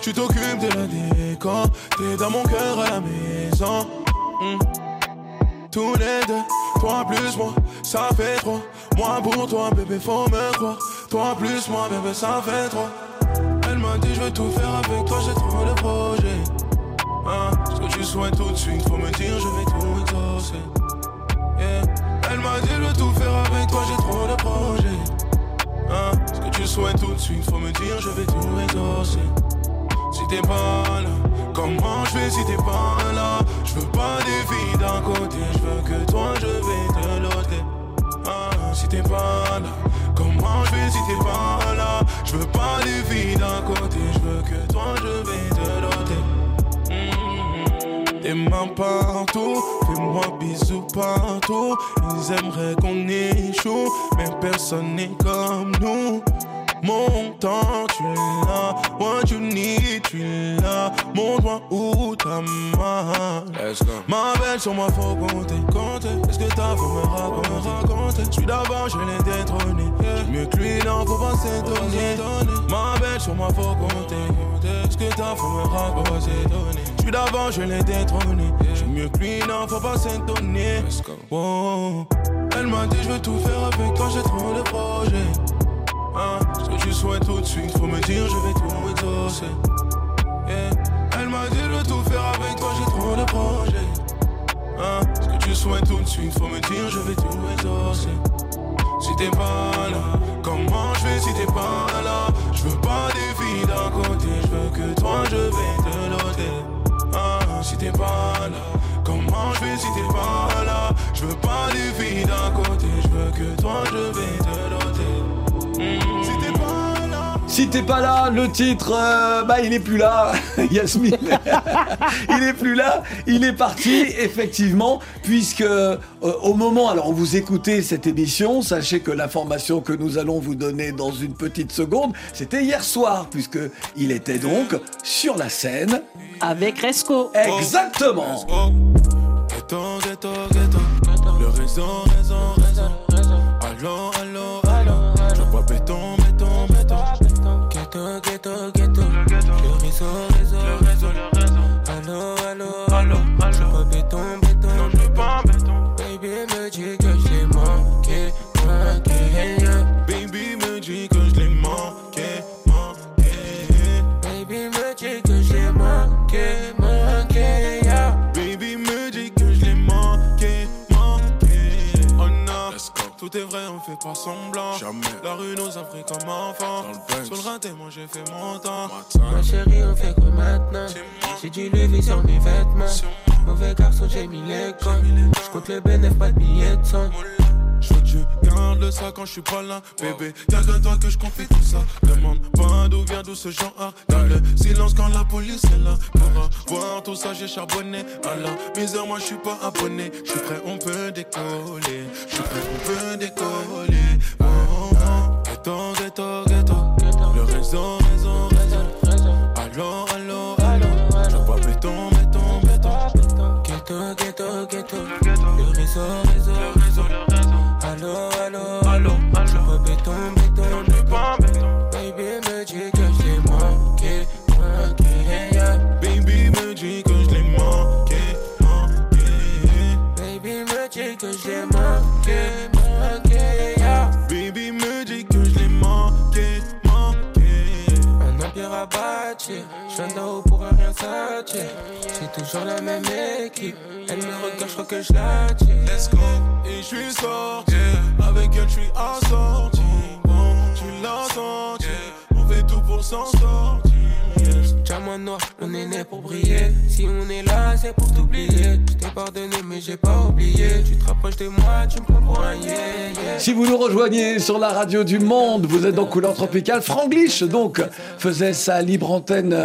Tu t'occupes de la déco, t'es dans mon cœur à la maison. Mm. Tous les deux, toi plus moi, ça fait trois. Moi pour toi, bébé, faut me croire. Toi plus moi, bébé, ça fait trois. Elle m'a dit, je veux tout faire avec toi, j'ai trop de projets. Hein, ce que tu souhaites tout de suite, faut me dire, je vais tout exaucer. Yeah. Elle m'a dit, je veux tout faire avec toi, j'ai trop de projets. Hein, ce que tu souhaites tout de suite, faut me dire, je vais tout exaucer. Si t'es pas là, comment je fais si t'es pas là? Je veux pas des filles d'un côté, je veux que toi je vais de l'autre. Ah, si t'es pas là, comment je fais si t'es pas là? Je veux pas des filles d'un côté, je veux que toi je vais de l'autre. Mmh. Tes mains partout, fais-moi bisous partout. Ils aimeraient qu'on échoue, mais personne n'est comme nous. Mon temps, tu l'as, what you need, tu l'as. Montre-moi où ta main. Ma belle, sur moi faut compter, compter. Est-ce que t'as faut me raconter, raconter. Je suis d'abord, je l'ai détrôné. Yeah. Mieux que lui, non, faut pas s'étonner. Ma belle, sur moi faut compter, compter. Est-ce que t'as faut me raconter. Je suis d'abord, je l'ai détrôné. Yeah. Mieux que lui, non, faut pas s'étonner. Wow. Elle m'a dit, je veux tout faire avec toi, j'ai trop de projets. Hein, ce que tu souhaites tout de suite, faut me dire, je vais tout exaucer. Yeah. Elle m'a dit, je veux tout faire avec toi, j'ai trop de projets. Hein, ce que tu souhaites tout de suite, faut me dire, je vais tout exaucer. Si t'es pas là, comment je fais si t'es pas là? Je veux pas des filles d'un côté, je veux que toi je vais de l'autre. Hein, si t'es pas là, comment je fais si t'es pas là? Je veux pas des filles d'un côté, je veux que toi je vais de l'autre. Si t'es pas là, si t'es pas là, le titre, euh, bah il est plus là, Yasmine. Il est plus là, il est parti, effectivement, puisque euh, au moment, alors où vous écoutez cette émission, sachez que l'information que nous allons vous donner dans une petite seconde, c'était hier soir, puisque il était donc sur la scène avec Resco. Exactement. Ghetto, ghetto, ghetto. Le réseau, réseau, réseau. Allô, allô, allô. Je vois béton, béton, béton. Ghetto, ghetto, ghetto. Le réseau, réseau, le réseau, le réseau. Allô, allô, allô. Je vois béton, béton. Non, je veux pas béton. Baby me dit que je l'ai manqué, manqué. Baby me dit que je l'ai manqué, manqué. Baby me dit que je l'ai manqué, manqué. Baby me dit que je l'ai manqué, manqué. Oh non, tout est vrai, on fait pas semblant. Jamais. La rue nous a pris comme enfants. Sur le raté, moi j'ai fait mon temps. Ma chérie, on fait comme maintenant. J'ai du levé sur mes vêtements. Mauvais garçon, j'ai mis les cons. J'compte le bénéfice, pas de billets de sang. Je veux que tu gardes le sac quand je suis pas là, bébé. Y'a que toi que je confie tout ça. Demande pas d'où vient tout ce genre. Dans le silence quand la police est là. Pour avoir tout ça, j'ai charbonné. À la misère, moi je suis pas abonné. Je suis prêt, on peut décoller. Je suis prêt, on peut décoller. Oh, oh, oh. Ghetto, ghetto, ghetto. Le réseau, réseau, réseau. Allô, allô, allô. Je vois béton, béton, béton. Ghetto, ghetto, ghetto. Le réseau, réseau, le réseau, le réseau. Allô, allô, allô, je vois béton, béton, béton. Baby me dit que je l'ai manqué, manqué, yeah. Baby me dit que je l'ai manqué, manqué. Baby me dit que je l'ai manqué, manqué, yeah. Baby me dit que je l'ai manqué, manqué. Un empire à bâtir, je viens d'en haut pour rien s'attirer. C'est toujours la même équipe. Elle me regarde, je crois que je l'attire. Let's go. Et je suis sorti, yeah. Avec elle je suis assorti. Bon, tu l'as senti, yeah. On fait tout pour s'en sortir. Yes. Diamant noir, on est né pour briller. Si on est là, c'est pour t'oublier. Je t'ai pardonné, mais j'ai pas oublié. Tu te rapproches de moi, tu me prends pour un yeah, yeah. Si vous nous rejoignez sur la radio du monde, vous êtes dans Couleur Tropicale. Franglish, donc, faisait sa libre antenne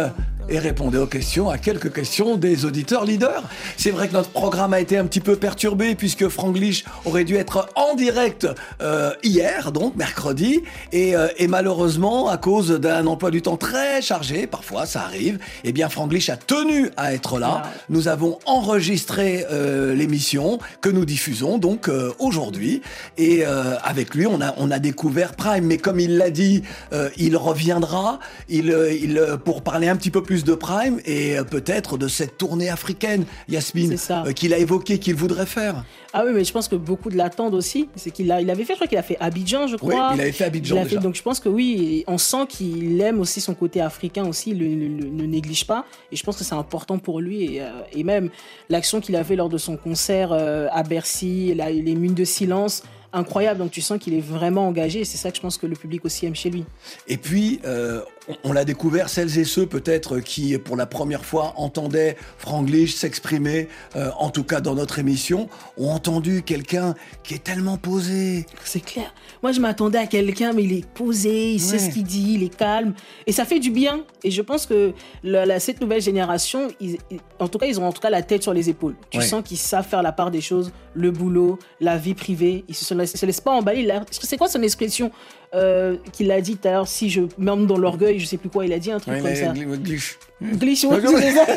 et répondez aux questions, à quelques questions des auditeurs leaders. C'est vrai que notre programme a été un petit peu perturbé puisque Franglish aurait dû être en direct euh, hier, donc mercredi, et, euh, et malheureusement, à cause d'un emploi du temps très chargé, parfois ça arrive, eh bien Franglish a tenu à être là. Ah. Nous avons enregistré euh, l'émission que nous diffusons donc euh, aujourd'hui, et euh, avec lui on a, on a découvert Prime, mais comme il l'a dit, euh, il reviendra il, il, pour parler un petit peu plus de Prime et peut-être de cette tournée africaine, Yasmine, euh, qu'il a évoqué, qu'il voudrait faire. Ah oui, mais je pense que beaucoup de l'attendent aussi. C'est qu'il a, il avait fait, je crois qu'il a fait Abidjan, je crois. Oui, il avait fait Abidjan il a déjà. Fait, donc je pense que oui, on sent qu'il aime aussi son côté africain aussi, il ne le néglige pas. Et je pense que c'est important pour lui. Et, euh, et même l'action qu'il a fait lors de son concert euh, à Bercy, la, les Mines de Silence, incroyable. Donc tu sens qu'il est vraiment engagé. Et c'est ça que je pense que le public aussi aime chez lui. Et puis, euh, on, on l'a découvert, celles et ceux peut-être qui, pour la première fois, entendaient Franglish s'exprimer, euh, en tout cas dans notre émission, ont entendu quelqu'un qui est tellement posé. C'est clair. Moi, je m'attendais à quelqu'un, mais il est posé, il ouais. sait ce qu'il dit, il est calme. Et ça fait du bien. Et je pense que la, la, cette nouvelle génération, ils, ils, en tout cas, ils ont en tout cas la tête sur les épaules. Tu ouais. sens qu'ils savent faire la part des choses, le boulot, la vie privée. Ils se, se laissent pas emballer. Là. C'est quoi son expression euh, qu'il a dit tout à l'heure, si je m'emmène dans l'orgueil, je sais plus quoi, il a dit un truc ouais, comme ça. Glitch. Glitch, ouais, c'est ça.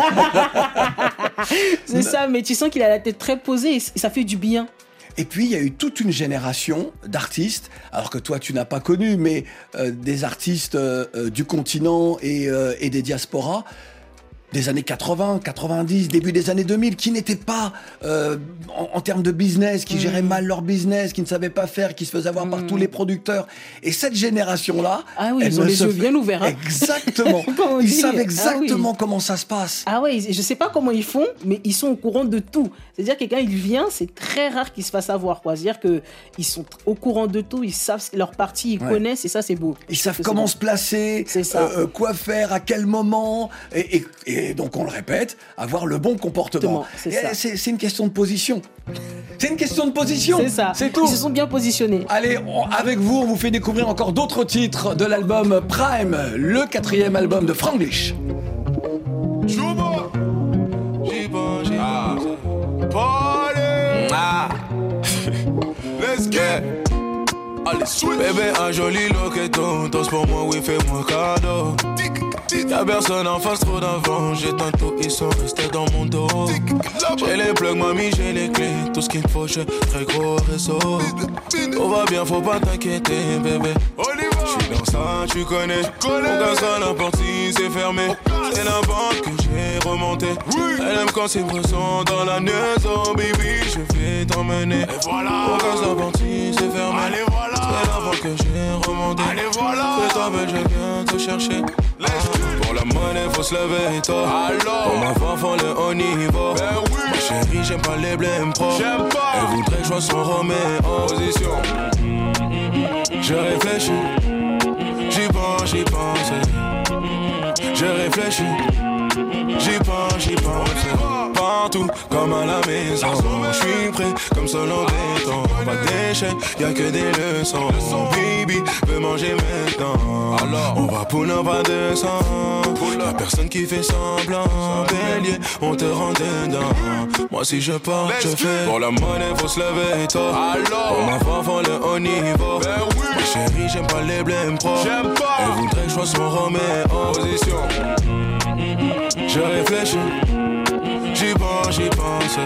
C'est ça, mais tu sens qu'il a la tête très posée et ça fait du bien. Et puis, il y a eu toute une génération d'artistes, alors que toi, tu n'as pas connu, mais euh, des artistes euh, du continent et, euh, et des diasporas, des années quatre-vingts, quatre-vingt-dix, début des années deux mille, qui n'étaient pas, euh, en, en termes de business, qui mmh. géraient mal leur business, qui ne savaient pas faire, qui se faisaient avoir mmh. par tous les producteurs. Et cette génération-là... Ah oui, ils ont les yeux bien ouverts. Hein. Exactement. Ils dit. savent exactement ah oui. comment ça se passe. Ah oui, je ne sais pas comment ils font, mais ils sont au courant de tout. C'est-à-dire que quand il vient, c'est très rare qu'ils se fassent avoir. Quoi. C'est-à-dire qu'ils sont au courant de tout, ils savent leur partie, ils ouais. connaissent, et ça, c'est beau. Ils savent comment se placer, euh, quoi faire, à quel moment, et... et, et Et donc, on le répète, avoir le bon comportement. C'est, ça. c'est, c'est une question de position. C'est une question de position. C'est ça. C'est tout. Ils se sont bien positionnés. Allez, on, avec vous, on vous fait découvrir encore d'autres titres de l'album Prime, le quatrième album de Franglish. Chouba, j'y pense, j'y pense. Party. Ah. Let's get. Allez, switch. Bébé, un joli loqueton. Danse pour moi, oui, fais-moi cadeau. Y'a personne en face, trop d'avant. J'ai tantôt, ils sont restés dans mon dos. J'ai les plugs, mamie, j'ai les clés. Tout ce qu'il me faut, j'ai très gros réseau. Tout va bien, faut pas t'inquiéter, bébé. J'suis dans ça, tu connais. On casse à la porte si c'est fermé. C'est la banque que j'ai remontée. Elle aime quand c'est pressant dans la maison, baby. Je vais t'emmener. Et voilà. On casse la porte si c'est fermé. Allez, voilà. C'est la banque que j'ai remontée. Allez, voilà. Fais-toi belle, je viens te chercher. Pour la monnaie, faut se lever tôt. Alors, pour ma femme, faut le haut niveau. Ben oui. Ma chérie, j'aime pas les blèmes pro. J'aime pas. Elle voudrait que je sois son Romeo en position. Je réfléchis. J'y pense, j'y pense. Je réfléchis. J'y pense, j'y pense. Partout, comme à la maison. J'suis prêt, comme seul en béton. Pas d'échec, y'a que des leçons. Baby, veux manger maintenant. Alors, on va pour un pas de sang. Y'a personne qui fait semblant. Bélier, on te rend dedans. Moi, si je pars, je fais. Pour la monnaie, faut se lever tôt. Alors, pour ma femme, faut le haut niveau. Ben oui. Ma chérie, j'aime pas les blèmes pro. J'aime pas. Elle voudrait que je sois son Romeo en position. Je réfléchis, j'y pense, j'y pense.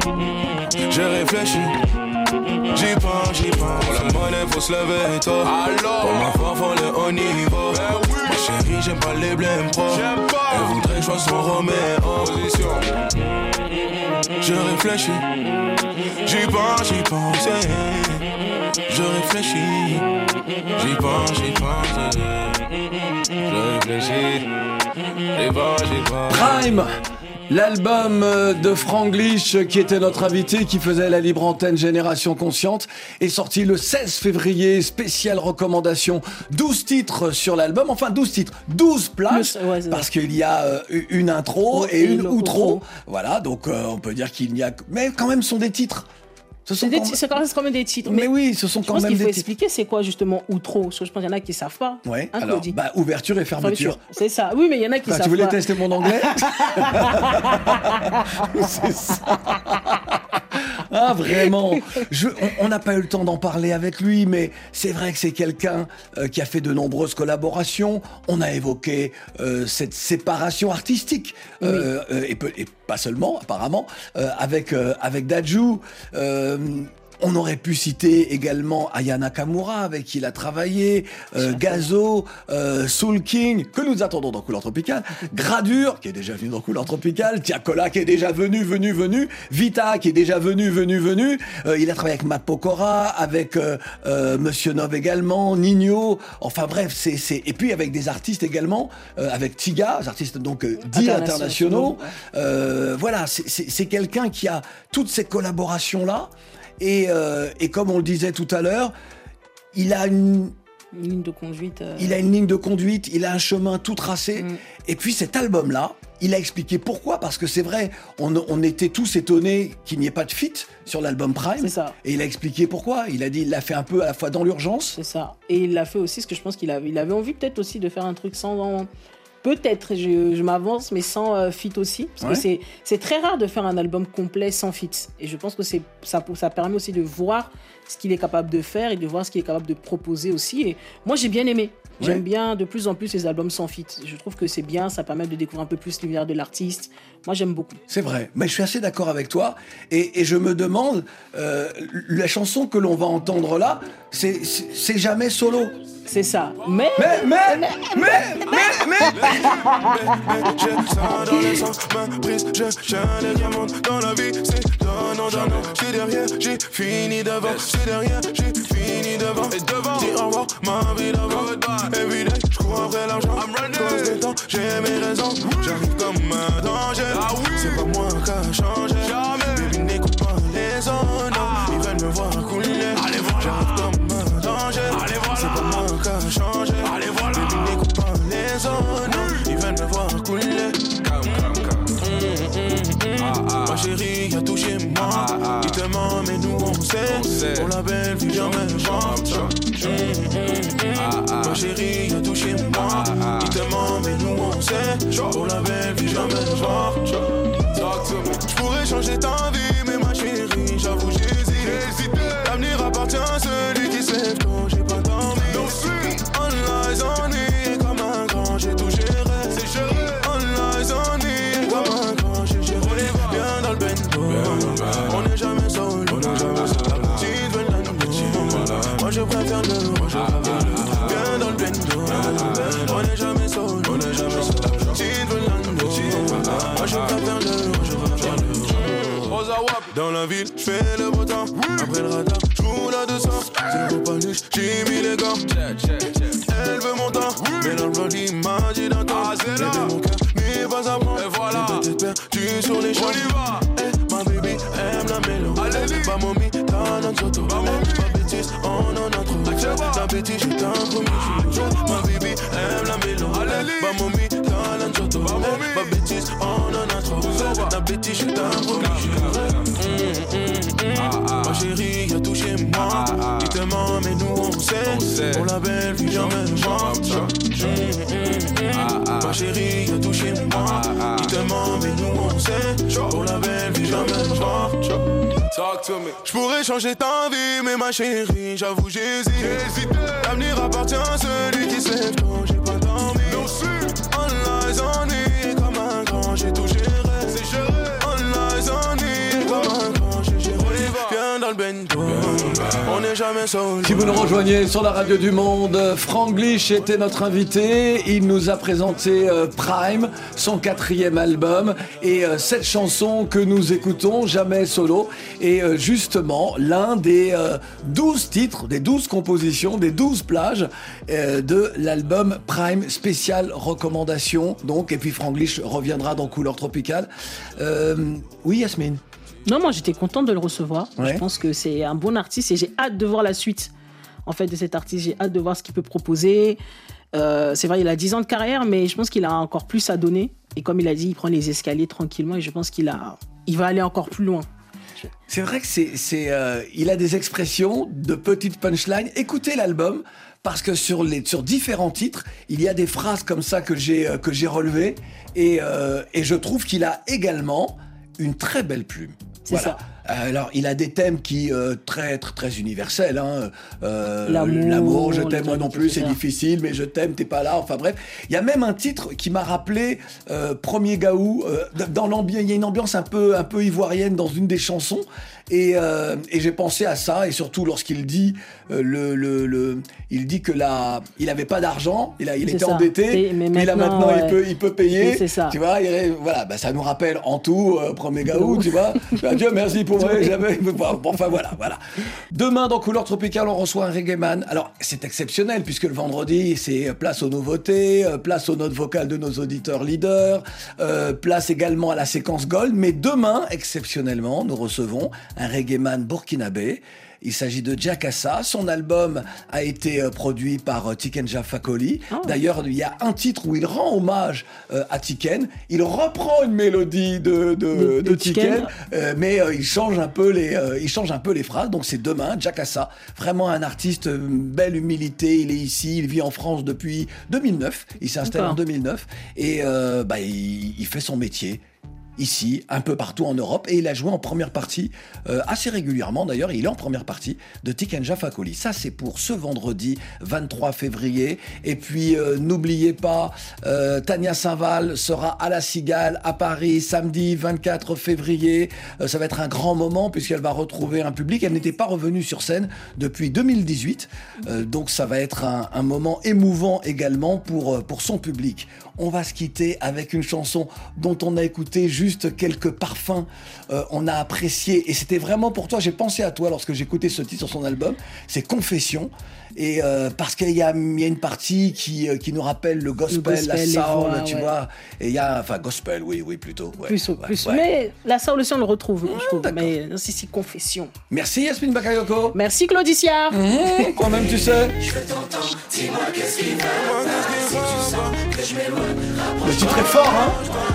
Je réfléchis, j'y pense, j'y pense. Pour la monnaie, faut se lever tôt. Alors, pour ma femme, faut le haut niveau. Ben oui. Ma chérie, j'aime pas les blèmes pro. J'aime pas. Elle voudrait que je sois son Romeo en position. Je réfléchis, j'y pense, j'y pense. Je réfléchis, j'y pense, j'y pense. Je réfléchis. Prime, l'album de Franglish qui était notre invité, qui faisait la libre antenne Génération Consciente, est sorti le seize février, spéciale recommandation, douze titres sur l'album, enfin douze titres, douze places, le, ouais, parce qu'il y a euh, une intro et, et une outro, voilà, donc euh, on peut dire qu'il n'y a, mais quand même ce sont des titres Ce c'est, sont des quand ti- c'est quand même- c'est quand même des titres. Mais oui, ce sont je quand pense même qu'il des faut titres. expliquer c'est quoi justement outro. Parce que je pense qu'il y en a qui savent pas. Ouais, Hein, alors, Claudie bah, ouverture et fermeture. C'est ça. Oui, mais il y en a qui Bah, savent tu voulais pas. tester mon anglais? C'est ça. Ah, vraiment. Je, on n'a pas eu le temps d'en parler avec lui, mais c'est vrai que c'est quelqu'un euh, qui a fait de nombreuses collaborations. On a évoqué euh, cette séparation artistique, euh, euh, et, peu- et pas seulement, apparemment, euh, avec, euh, avec Dadju. Euh, On aurait pu citer également Aya Nakamura, avec qui il a travaillé, euh, Gazo, euh, Soul King, que nous attendons dans Couleur Tropicale, Gradure, qui est déjà venu dans Couleur Tropicale, Tiakola, qui est déjà venu, venu, venu, Vita, qui est déjà venu, venu, venu. Euh, il a travaillé avec Matt Pokora, avec euh, euh, Monsieur Nov également, Nino. Enfin bref, c'est c'est et puis avec des artistes également, euh, avec Tiga, des artistes donc euh, dits internationaux. Euh, voilà, c'est- c'est c'est quelqu'un qui a toutes ces collaborations là. Et, euh, et comme on le disait tout à l'heure, il a une, Une ligne de conduite. euh, il a une ligne de conduite, il a un chemin tout tracé. Mm. Et puis cet album-là, il a expliqué pourquoi. Parce que c'est vrai, on, on était tous étonnés qu'il n'y ait pas de feat sur l'album Prime. C'est ça. Et il a expliqué pourquoi. Il a dit, il l'a fait un peu à la fois dans l'urgence. C'est ça. Et il l'a fait aussi, parce que je pense qu'il avait, il avait envie peut-être aussi de faire un truc sans... Peut-être, je, je m'avance, mais sans euh, feat aussi. Parce Ouais. que c'est, c'est très rare de faire un album complet sans feat. Et je pense que c'est, ça, ça permet aussi de voir ce qu'il est capable de faire et de voir ce qu'il est capable de proposer aussi. Et moi, j'ai bien aimé. J'aime Ouais. bien de plus en plus les albums sans feat. Je trouve que c'est bien, ça permet de découvrir un peu plus l'univers de l'artiste. Moi, j'aime beaucoup. C'est vrai, mais je suis assez d'accord avec toi. Et, et je me demande, euh, la chanson que l'on va entendre là, c'est, c'est, c'est jamais solo. C'est ça. Mais... Mais, mais, mais, mais, mais... J'ai ça dans les sangs, ma prise, je chaîne les diamants dans la vie, c'est donnant, donnant. J'suis derrière, j'ai fini devant, j'suis derrière, j'ai fini devant. Et devant, dis au revoir, ma vie d'avant. Everyday, j'cours après l'argent, cause des temps, j'ai mes raisons. J'arrive comme un danger, c'est pas moi qui a changé. Baby, n'écoute pas les zones, ils veulent me voir couler. J'arrive comme un danger, c'est pas moi qui a changé. Baby, n'écoute pas les zones, ils veulent me voir couler. Ma chérie a touché moi, il te ment mais nous on sait, pour la belle vie jamais genre. Ma chérie a touché moi, il te ment mais nous on sait, pour la belle vie jamais genre. J'pourrais changer ta vie mais ma chérie j'avoue j'hésite. L'avenir appartient à celui qui se lève quand j'ai pas dormi. All eyes on me, comme un grand j'ai tout géré. C'est géré. All eyes on me, comme un grand j'ai géré. Viens dans le bendo, on n'est jamais solo. La petite veut la nous, moi je préfère le. Viens dans le bendo, on n'est jamais solo. La petite veut la nous, moi je préfère le. Dans la ville, j'fais le beau temps. Après le radar, j'roule à deux cents. Zéro paluche, j'ai mis les gants. Elle veut mon temps, mais dans le vol, il m'a dit d'un temps. Bébé, mon cœur n'est pas à prendre. Et voilà, j'ai peut-être perdu sur les champs. Eh, ma baby aime la mélo. Pas momie, t'as notre soto. Ma bêtise, on en a trop. La bêtise, j'ai un promis. Ma baby aime la mélo. Pas momie, t'as notre soto. Ma bêtise, on en a trop. La bêtise, j'ai un promis. Ma chérie a touché moi, il te ment mais nous on sait, pour la belle vie jamais genre. Ma chérie a touché moi, il te ment mais nous on sait, pour la belle vie jamais genre. J'pourrais changer ta vie mais ma chérie j'avoue j'hésite. L'avenir appartient à celui qui se lève quand j'ai pas dormi. All eyes on me, comme un grand j'ai tout géré. C'est géré. All eyes on me, comme un grand j'ai géré. Viens dans le bendo, on n'est jamais seul. Si vous nous rejoignez sur la radio du monde, Franglish était notre invité. Il nous a présenté euh, Prime, son quatrième album, et euh, cette chanson que nous écoutons, Jamais Solo, est euh, justement l'un des euh, douze titres, des douze compositions, des douze plages euh, de l'album Prime spécial recommandation. Donc, et puis Franglish reviendra dans Couleur Tropicale. Euh, oui, Yasmine. Non, moi j'étais contente de le recevoir. Ouais. Je pense que c'est un bon artiste et j'ai hâte de voir la suite en fait de cet artiste. J'ai hâte de voir ce qu'il peut proposer. Euh, c'est vrai, il a dix ans de carrière, mais je pense qu'il a encore plus à donner. Et comme il a dit, il prend les escaliers tranquillement et je pense qu'il a, il va aller encore plus loin. C'est vrai que c'est, c'est, euh, il a des expressions de petites punchlines. Écoutez l'album, parce que sur, les, sur différents titres, il y a des phrases comme ça que j'ai, euh, que j'ai relevées. Et, euh, et je trouve qu'il a également une très belle plume. C'est Voilà. ça. Alors, il a des thèmes qui euh, très, très très universels. Hein. Euh, L'amour, l'amour, je le t'aime moi non plus, c'est ça. difficile, mais je t'aime, t'es pas là. Enfin bref, il y a même un titre qui m'a rappelé euh, Premier Gaou. Euh, dans l'ambiance, il y a une ambiance un peu un peu ivoirienne dans une des chansons. Et, euh, et j'ai pensé à ça, et surtout lorsqu'il dit euh, le, le, le, il dit que là, il avait pas d'argent, il a, il C'est était ça. endetté, Et- mais puis là maintenant, maintenant ouais. il peut, il peut payer. Oui, c'est ça. Tu vois, il, voilà, bah, ça nous rappelle en tout euh, Premier Gaou, tu vois. Adieu, merci pour moi, jamais. Bon, enfin voilà, voilà. Demain dans Couleur Tropicale, on reçoit un reggae man. Alors c'est exceptionnel puisque le vendredi c'est place aux nouveautés, euh, place aux notes vocales de nos auditeurs leaders, euh, place également à la séquence Gold. Mais demain, exceptionnellement, nous recevons un reggae man burkinabé. Il s'agit de Jakassa. Son album a été euh, produit par euh, Tiken Jah Fakoly. Oh. D'ailleurs, il y a un titre où il rend hommage euh, à Tiken. Il reprend une mélodie de, de, De- de de Tiken, Tiken. euh, mais euh, il change un peu les, euh, il change un peu les phrases. Donc c'est demain, Jakassa. Vraiment un artiste, euh, belle humilité. Il est ici, il vit en France depuis deux mille neuf. Il s'est installé D'accord. en deux mille neuf et euh, bah, il, il fait son métier. Ici, un peu partout en Europe, et il a joué en première partie, euh, assez régulièrement d'ailleurs, il est en première partie de Tiken Jah Fakoly. Ça, c'est pour ce vendredi vingt-trois février. Et puis, euh, n'oubliez pas, euh, Tania Saint-Val sera à la Cigale, à Paris, samedi vingt-quatre février. Euh, ça va être un grand moment, puisqu'elle va retrouver un public. Elle n'était pas revenue sur scène depuis deux mille dix-huit, euh, donc ça va être un, un moment émouvant également pour, euh, pour son public. On va se quitter avec une chanson dont on a écouté juste quelques parfums. Euh, on a apprécié, et c'était vraiment pour toi, j'ai pensé à toi lorsque j'écoutais ce titre sur son album, c'est Confession. Et euh, parce qu'il y a, il y a une partie qui, euh, qui nous rappelle le gospel, Le gospel, la les soul, voix, tu ouais. vois. Et il y a, enfin, gospel, oui, oui, plutôt. Ouais, Plus, ouais, plus. ouais. Mais la solution, on le retrouve, je trouve. d'accord. Mais non, si, si, confession. Merci Yasmine Bakayoko. Merci Claudicia. Mmh, toi-même, tu sais. Le titre est fort, hein.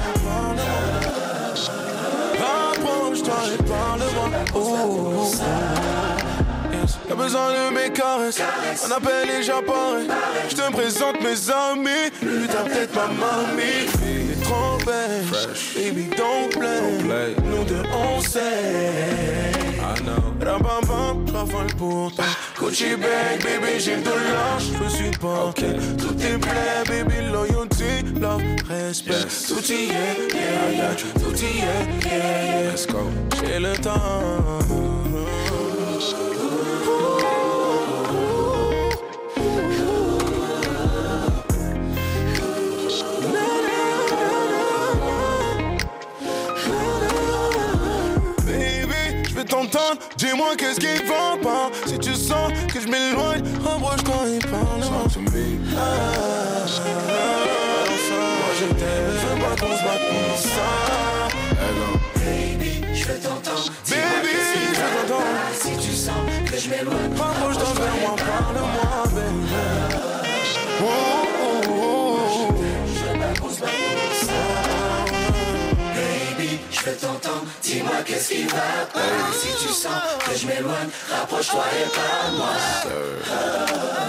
Rapproche-toi et parle-moi. Oh, y'a besoin de mes caresses. Un appel et j'apparais. Je te présente mes amis. Lui, t'as peut-être ma mamie. T'es trop belle. Baby, don't play. Nous deux, on sait. I know. Rababam, j'raffole pour toi. Gucci bag, baby, j'ai le dollar. Je suis supporter. Tout est prêt, baby, loyauté, love, respect. Tout y est, yeah, yeah. Tout y est, yeah, yeah. Let's go. J'ai le temps. T'entendre, dis-moi qu'est-ce qui va pas. Si tu sens que je m'éloigne, rapproche-toi et parle-moi. Ah, ah, ah, moi je t'aime, je veux pas qu'on se batte pour ça. Baby, je veux t'entendre. Baby, je veux t'entendre. Si tu sens que je m'éloigne, rapproche-toi vers moi, parle-moi, baby. Oh, oh, oh. Je veux pas qu'on se batte pour ça. Baby, je veux t'entendre. Dis-moi qu'est-ce qui va pas. Si tu sens que je m'éloigne, rapproche-toi et parle-moi. Ah,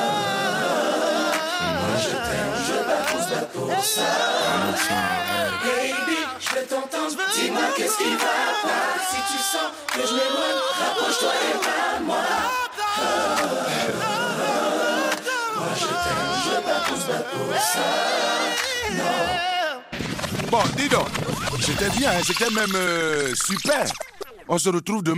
moi je t'aime, je bats pour se battre pour ça. Baby, je veux t'entendre. Dis-moi qu'est-ce qui va pas. Si tu sens que je m'éloigne, rapproche-toi et parle-moi. Ah, moi je t'aime, je bats pour se battre pour ça. Non. Bon, dis donc, c'était bien, c'était même euh, super. On se retrouve demain.